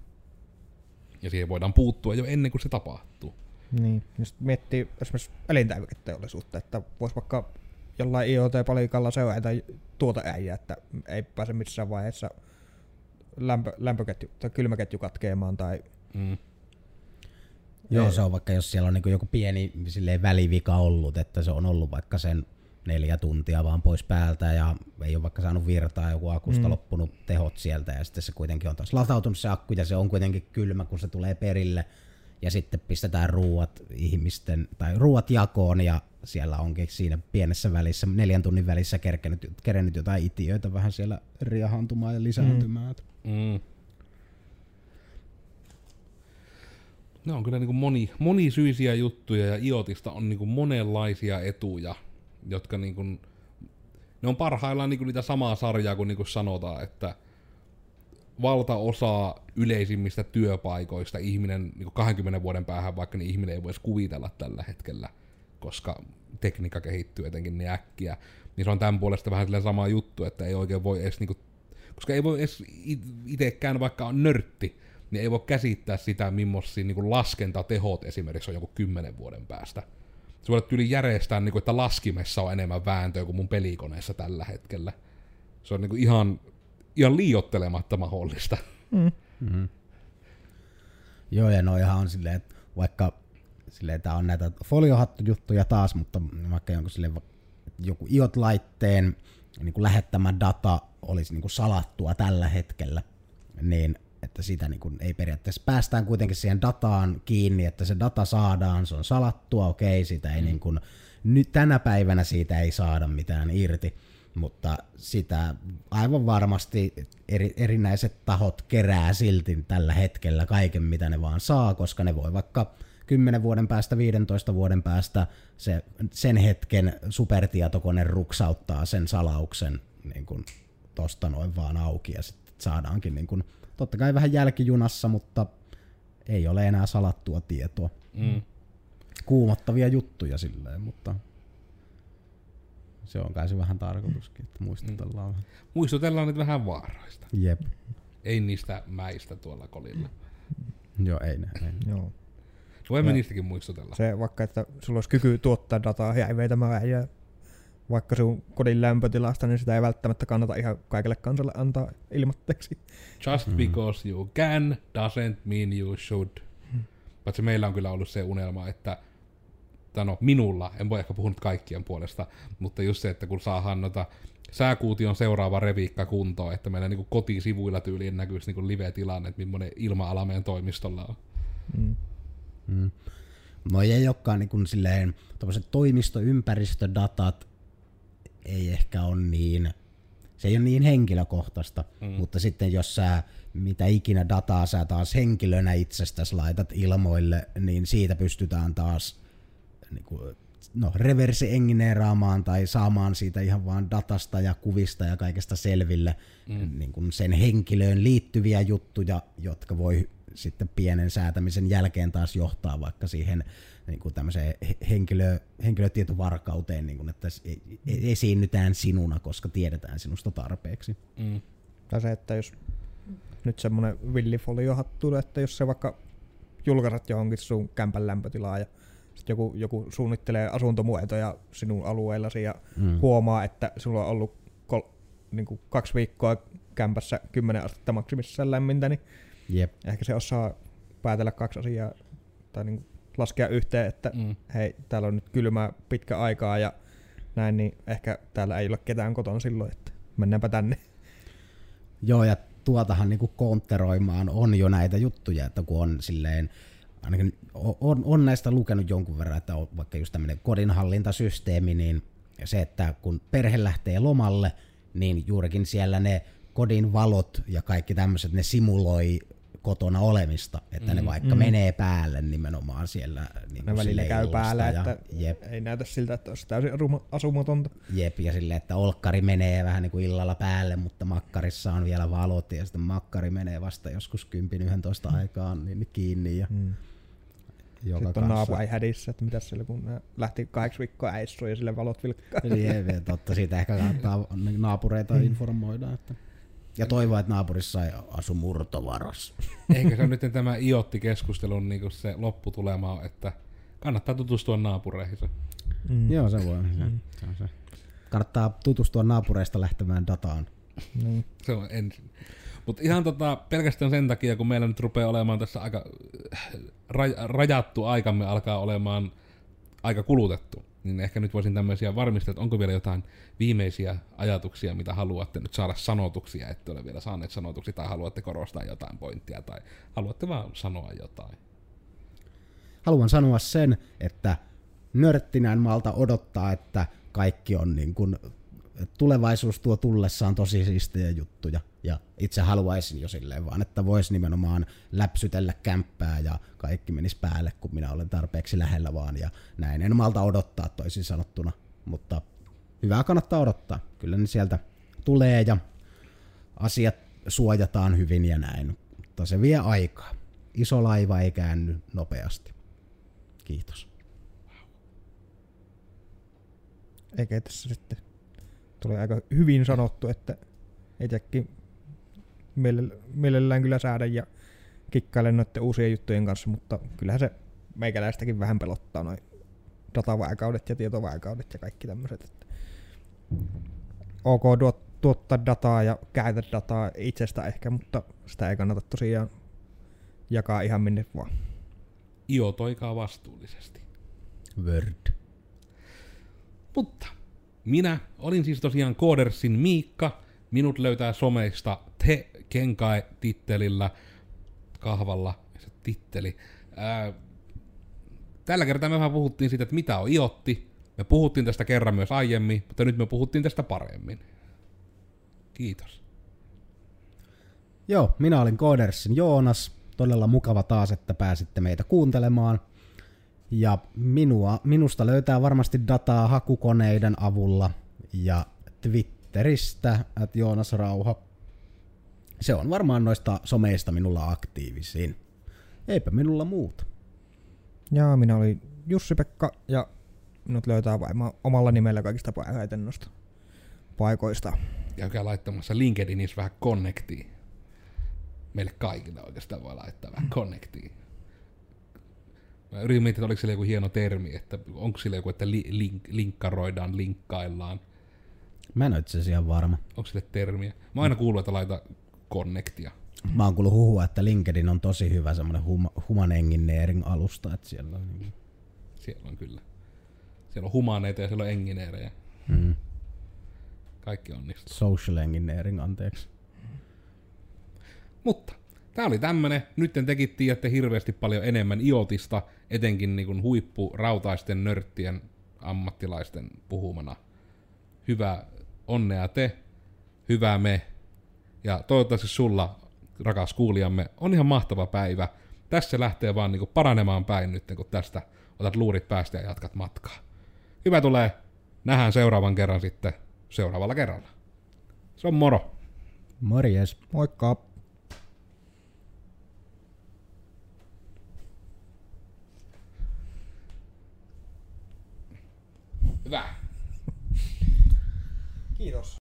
Ja siihen voidaan puuttua jo ennen kuin se tapahtuu. Niin, just miettii esimerkiksi elintarviketeollisuutta, että vois vaikka jollain IoT-palikalla seurata tuoteäijä, että ei pääse missään vaiheessa lämpöketju tai kylmäketju katkeamaan tai... Joo, se on vaikka jos siellä on niin joku pieni välivika ollut, että se on ollut vaikka sen 4 tuntia vaan pois päältä ja ei ole vaikka saanut virtaa, joku akusta loppunut tehot sieltä ja sitten se kuitenkin on taas latautunut se akku ja se on kuitenkin kylmä, kun se tulee perille ja sitten pistetään ruuat jakoon ja siellä onkin siinä pienessä välissä, 4 tunnin välissä kerennyt jotain itiöitä vähän siellä riahantumaan ja lisääntymään. Ne on kyllä niin monisyisiä juttuja ja IoTista on niin monenlaisia etuja, jotka niin kuin, ne on parhaillaan niin niitä samaa sarjaa kuin, sanotaan, että valtaosa yleisimmistä työpaikoista ihminen niin 20 vuoden päähän, vaikka niin ihminen ei voisi kuvitella tällä hetkellä, koska tekniikka kehittyy etenkin niin äkkiä, niin se on tämän puolesta vähän silleen sama juttu, että ei oikein voi edes, niin kuin, koska ei voi edes itsekään, vaikka on nörtti, niin ei voi käsittää sitä, millaisia niin laskentatehot esimerkiksi on joku 10 vuoden päästä. Se voi tyyli järjestää, niin kuin, että laskimessa on enemmän vääntöä kuin mun pelikoneessa tällä hetkellä. Se on niin kuin ihan liioittelematta mahdollista. Joo, ja noihan on silleen, että vaikka silleen, tää on näitä foliohattujuttuja taas, mutta vaikka joku IoT-laitteen niin kuin lähettämä data olisi niin kuin salattua tällä hetkellä, niin että siitä niin kuin ei periaatteessa päästään kuitenkin siihen dataan kiinni, että se data saadaan, se on salattua, okei, siitä ei niin kuin, nyt tänä päivänä siitä ei saada mitään irti, mutta sitä aivan varmasti erinäiset tahot kerää silti tällä hetkellä kaiken, mitä ne vaan saa, koska ne voi vaikka 10 vuoden päästä, 15 vuoden päästä sen hetken supertietokone ruksauttaa sen salauksen niin kuin tosta noin vaan auki ja sitten saadaankin niin kuin, totta kai vähän jälkijunassa, mutta ei ole enää salattua tietoa. Kuumottavia juttuja silleen, mutta se on kai se vähän tarkoituskin, että muistutellaan vähän. Muistutellaan nyt vähän vaaroista. Jep. Ei niistä mäistä tuolla kolilla. Joo, ei. Joo. Voimme niistäkin muistutella. Se vaikka, että sulla olisi kyky tuottaa dataa häiveitä määriä, vaikka sun kodin lämpötilasta, niin sitä ei välttämättä kannata ihan kaikille kansalle antaa ilmatteeksi. Just because you can doesn't mean you should. Paitsi meillä on kyllä ollut se unelma, että minulla, en voi ehkä puhua nyt kaikkien puolesta, mutta just se, että kun saadaan sääkuution seuraava reviikka kuntoon, että meillä niin kotisivuilla tyyliin näkyisi niin live-tilanne, että millainen ilma-ala meidän toimistolla on. No ei olekaan niin kuin silleen, tommoset toimistoympäristödatat ei ehkä ole niin, se ei ole niin henkilökohtaista, mutta sitten jos sä mitä ikinä dataa sä taas henkilönä itsestäsi laitat ilmoille, niin siitä pystytään taas niin kuin, reverse-engineeraamaan tai saamaan siitä ihan vaan datasta ja kuvista ja kaikesta selville niin kuin sen henkilöön liittyviä juttuja, jotka voi sitten pienen säätämisen jälkeen taas johtaa vaikka siihen niin kuin tämmöiseen henkilötietovarkauteen, niin kuin, että esiinnytään sinuna, koska tiedetään sinusta tarpeeksi. Tai se, että jos nyt semmoinen villifoliohattu, että jos se vaikka julkaiset johonkin sun kämpän lämpötilaa ja sitten joku suunnittelee asuntomuotoja sinun alueellasi ja huomaa, että sulla on ollut niin 2 viikkoa kämpässä 10 astetta maksimissaan lämmintä, niin ehkä se osaa päätellä 2 asiaa tai niin laskea yhteen, että hei, täällä on nyt kylmää pitkä aikaa ja näin, niin ehkä täällä ei ole ketään kotona silloin, että mennäänpä tänne. Joo, ja tuotahan niinku kontteroimaan on jo näitä juttuja, että kun on silleen, ainakin on näistä lukenut jonkun verran, että on vaikka just tämmöinen kodinhallintasysteemi, niin se, että kun perhe lähtee lomalle, niin juurikin siellä ne kodin valot ja kaikki tämmöiset, ne simuloi kotona olemista, että ne vaikka menee päälle nimenomaan siellä. Niin ne välillä käy päällä, että ei näytä siltä, että olisi täysin asumatonta. Jep, ja silleen, että olkkari menee vähän niin kuin illalla päälle, mutta makkarissa on vielä valot, ja sitten makkari menee vasta joskus 10-11 aikaan niin kiinni. Ja sitten on naapuri hädissä, että mitäs siellä, kun lähti 8 viikkoa äissuun ja sille valot vilkkaa. Jep, totta, siitä ehkä kannattaa naapureita informoida, että ja toivoa, että naapurissa ei asu murtovaras. Ehkä se on nyt tämä IoT-keskustelun niin se lopputulema on, että kannattaa tutustua naapureihin. Joo, se voi. Se. Kannattaa tutustua naapureista lähtemään dataan. Se on ensin. Mutta ihan pelkästään sen takia, kun meillä nyt rupeaa olemaan tässä aika rajattu aikamme alkaa olemaan aika kulutettu, niin ehkä nyt voisin tämmöisiä varmistaa, että onko vielä jotain viimeisiä ajatuksia, mitä haluatte nyt saada sanotuksia, ette ole vielä saaneet sanotuksia, tai haluatte korostaa jotain pointtia, tai haluatte vaan sanoa jotain. Haluan sanoa sen, että nörttinä en malta odottaa, että kaikki on niin kuin, tulevaisuus tuo tullessaan tosi siistejä juttuja, ja itse haluaisin jo silleen vaan, että vois nimenomaan läpsytellä kämppää ja kaikki menisi päälle, kun minä olen tarpeeksi lähellä vaan, ja näin. En malta odottaa toisin sanottuna, mutta hyvää kannattaa odottaa. Kyllä ne sieltä tulee ja asiat suojataan hyvin ja näin, mutta se vie aikaa. Iso laiva ei käänny nopeasti. Kiitos. Eikä tässä sitten tulee aika hyvin sanottu, että itsekin mielellään kyllä säädä ja kikkailen noiden uusien juttujen kanssa, mutta kyllähän se meikäläistäkin vähän pelottaa noin datavaikaudet ja tietovaikaudet ja kaikki tämmöiset. Ok tuottaa dataa ja käytä dataa itsestä ehkä, mutta sitä ei kannata tosiaan jakaa ihan minne vaan. Iotoikaa vastuullisesti. Word. Mutta minä olin siis tosiaan Codersin Miikka. Minut löytää someista Te Kenkai-tittelillä, kahvalla se titteli. Tällä kertaa me vähän puhuttiin siitä, että mitä on IoT. Me puhuttiin tästä kerran myös aiemmin, mutta nyt me puhuttiin tästä paremmin. Kiitos. Joo, minä olin Codersin Joonas. Todella mukava taas, että pääsitte meitä kuuntelemaan. Ja minusta löytää varmasti dataa hakukoneiden avulla ja Twitteristä @JoonasRauha. Se on varmaan noista someista minulla aktiivisin. Eipä minulla muuta. Ja minä olin Jussi-Pekka ja minut löytää varmaan omalla nimellä kaikista parhaiten noista paikoista. Käykää laittamassa LinkedInissä vähän connectia. Meille kaikille oikeastaan voi laittaa vähän connectia. Mä yritin miettiä, että oliko sillä joku hieno termi, että onko sillä joku, että linkkaroidaan, linkkaillaan. Mä en ole itse asiassa ihan varma. Onko sille termiä? Mä oon aina kuullut, että laita connectia. Mä oon kuullut huhua, että LinkedIn on tosi hyvä semmonen human engineering alusta, että siellä on niin. Siellä on kyllä. Siellä on humaneita ja siellä on engineerejä. Kaikki onnistuu. Social engineering, anteeksi. Mutta tää oli tämmönen. Nyt tekin tiedätte hirveästi paljon enemmän IoTista, etenkin niin huippurautaisten nörttien ammattilaisten puhumana. Hyvää onnea te, hyvää me. Ja toivottavasti sulla, rakas kuulijamme, on ihan mahtava päivä. Tässä lähtee vaan niin paranemaan päin nyt, kun tästä otat luurit päästä ja jatkat matkaa. Hyvä tulee. Nähdään seuraavan kerran sitten seuraavalla kerralla. Se on moro. Morjes. Moikka! Hyvä. Kiitos.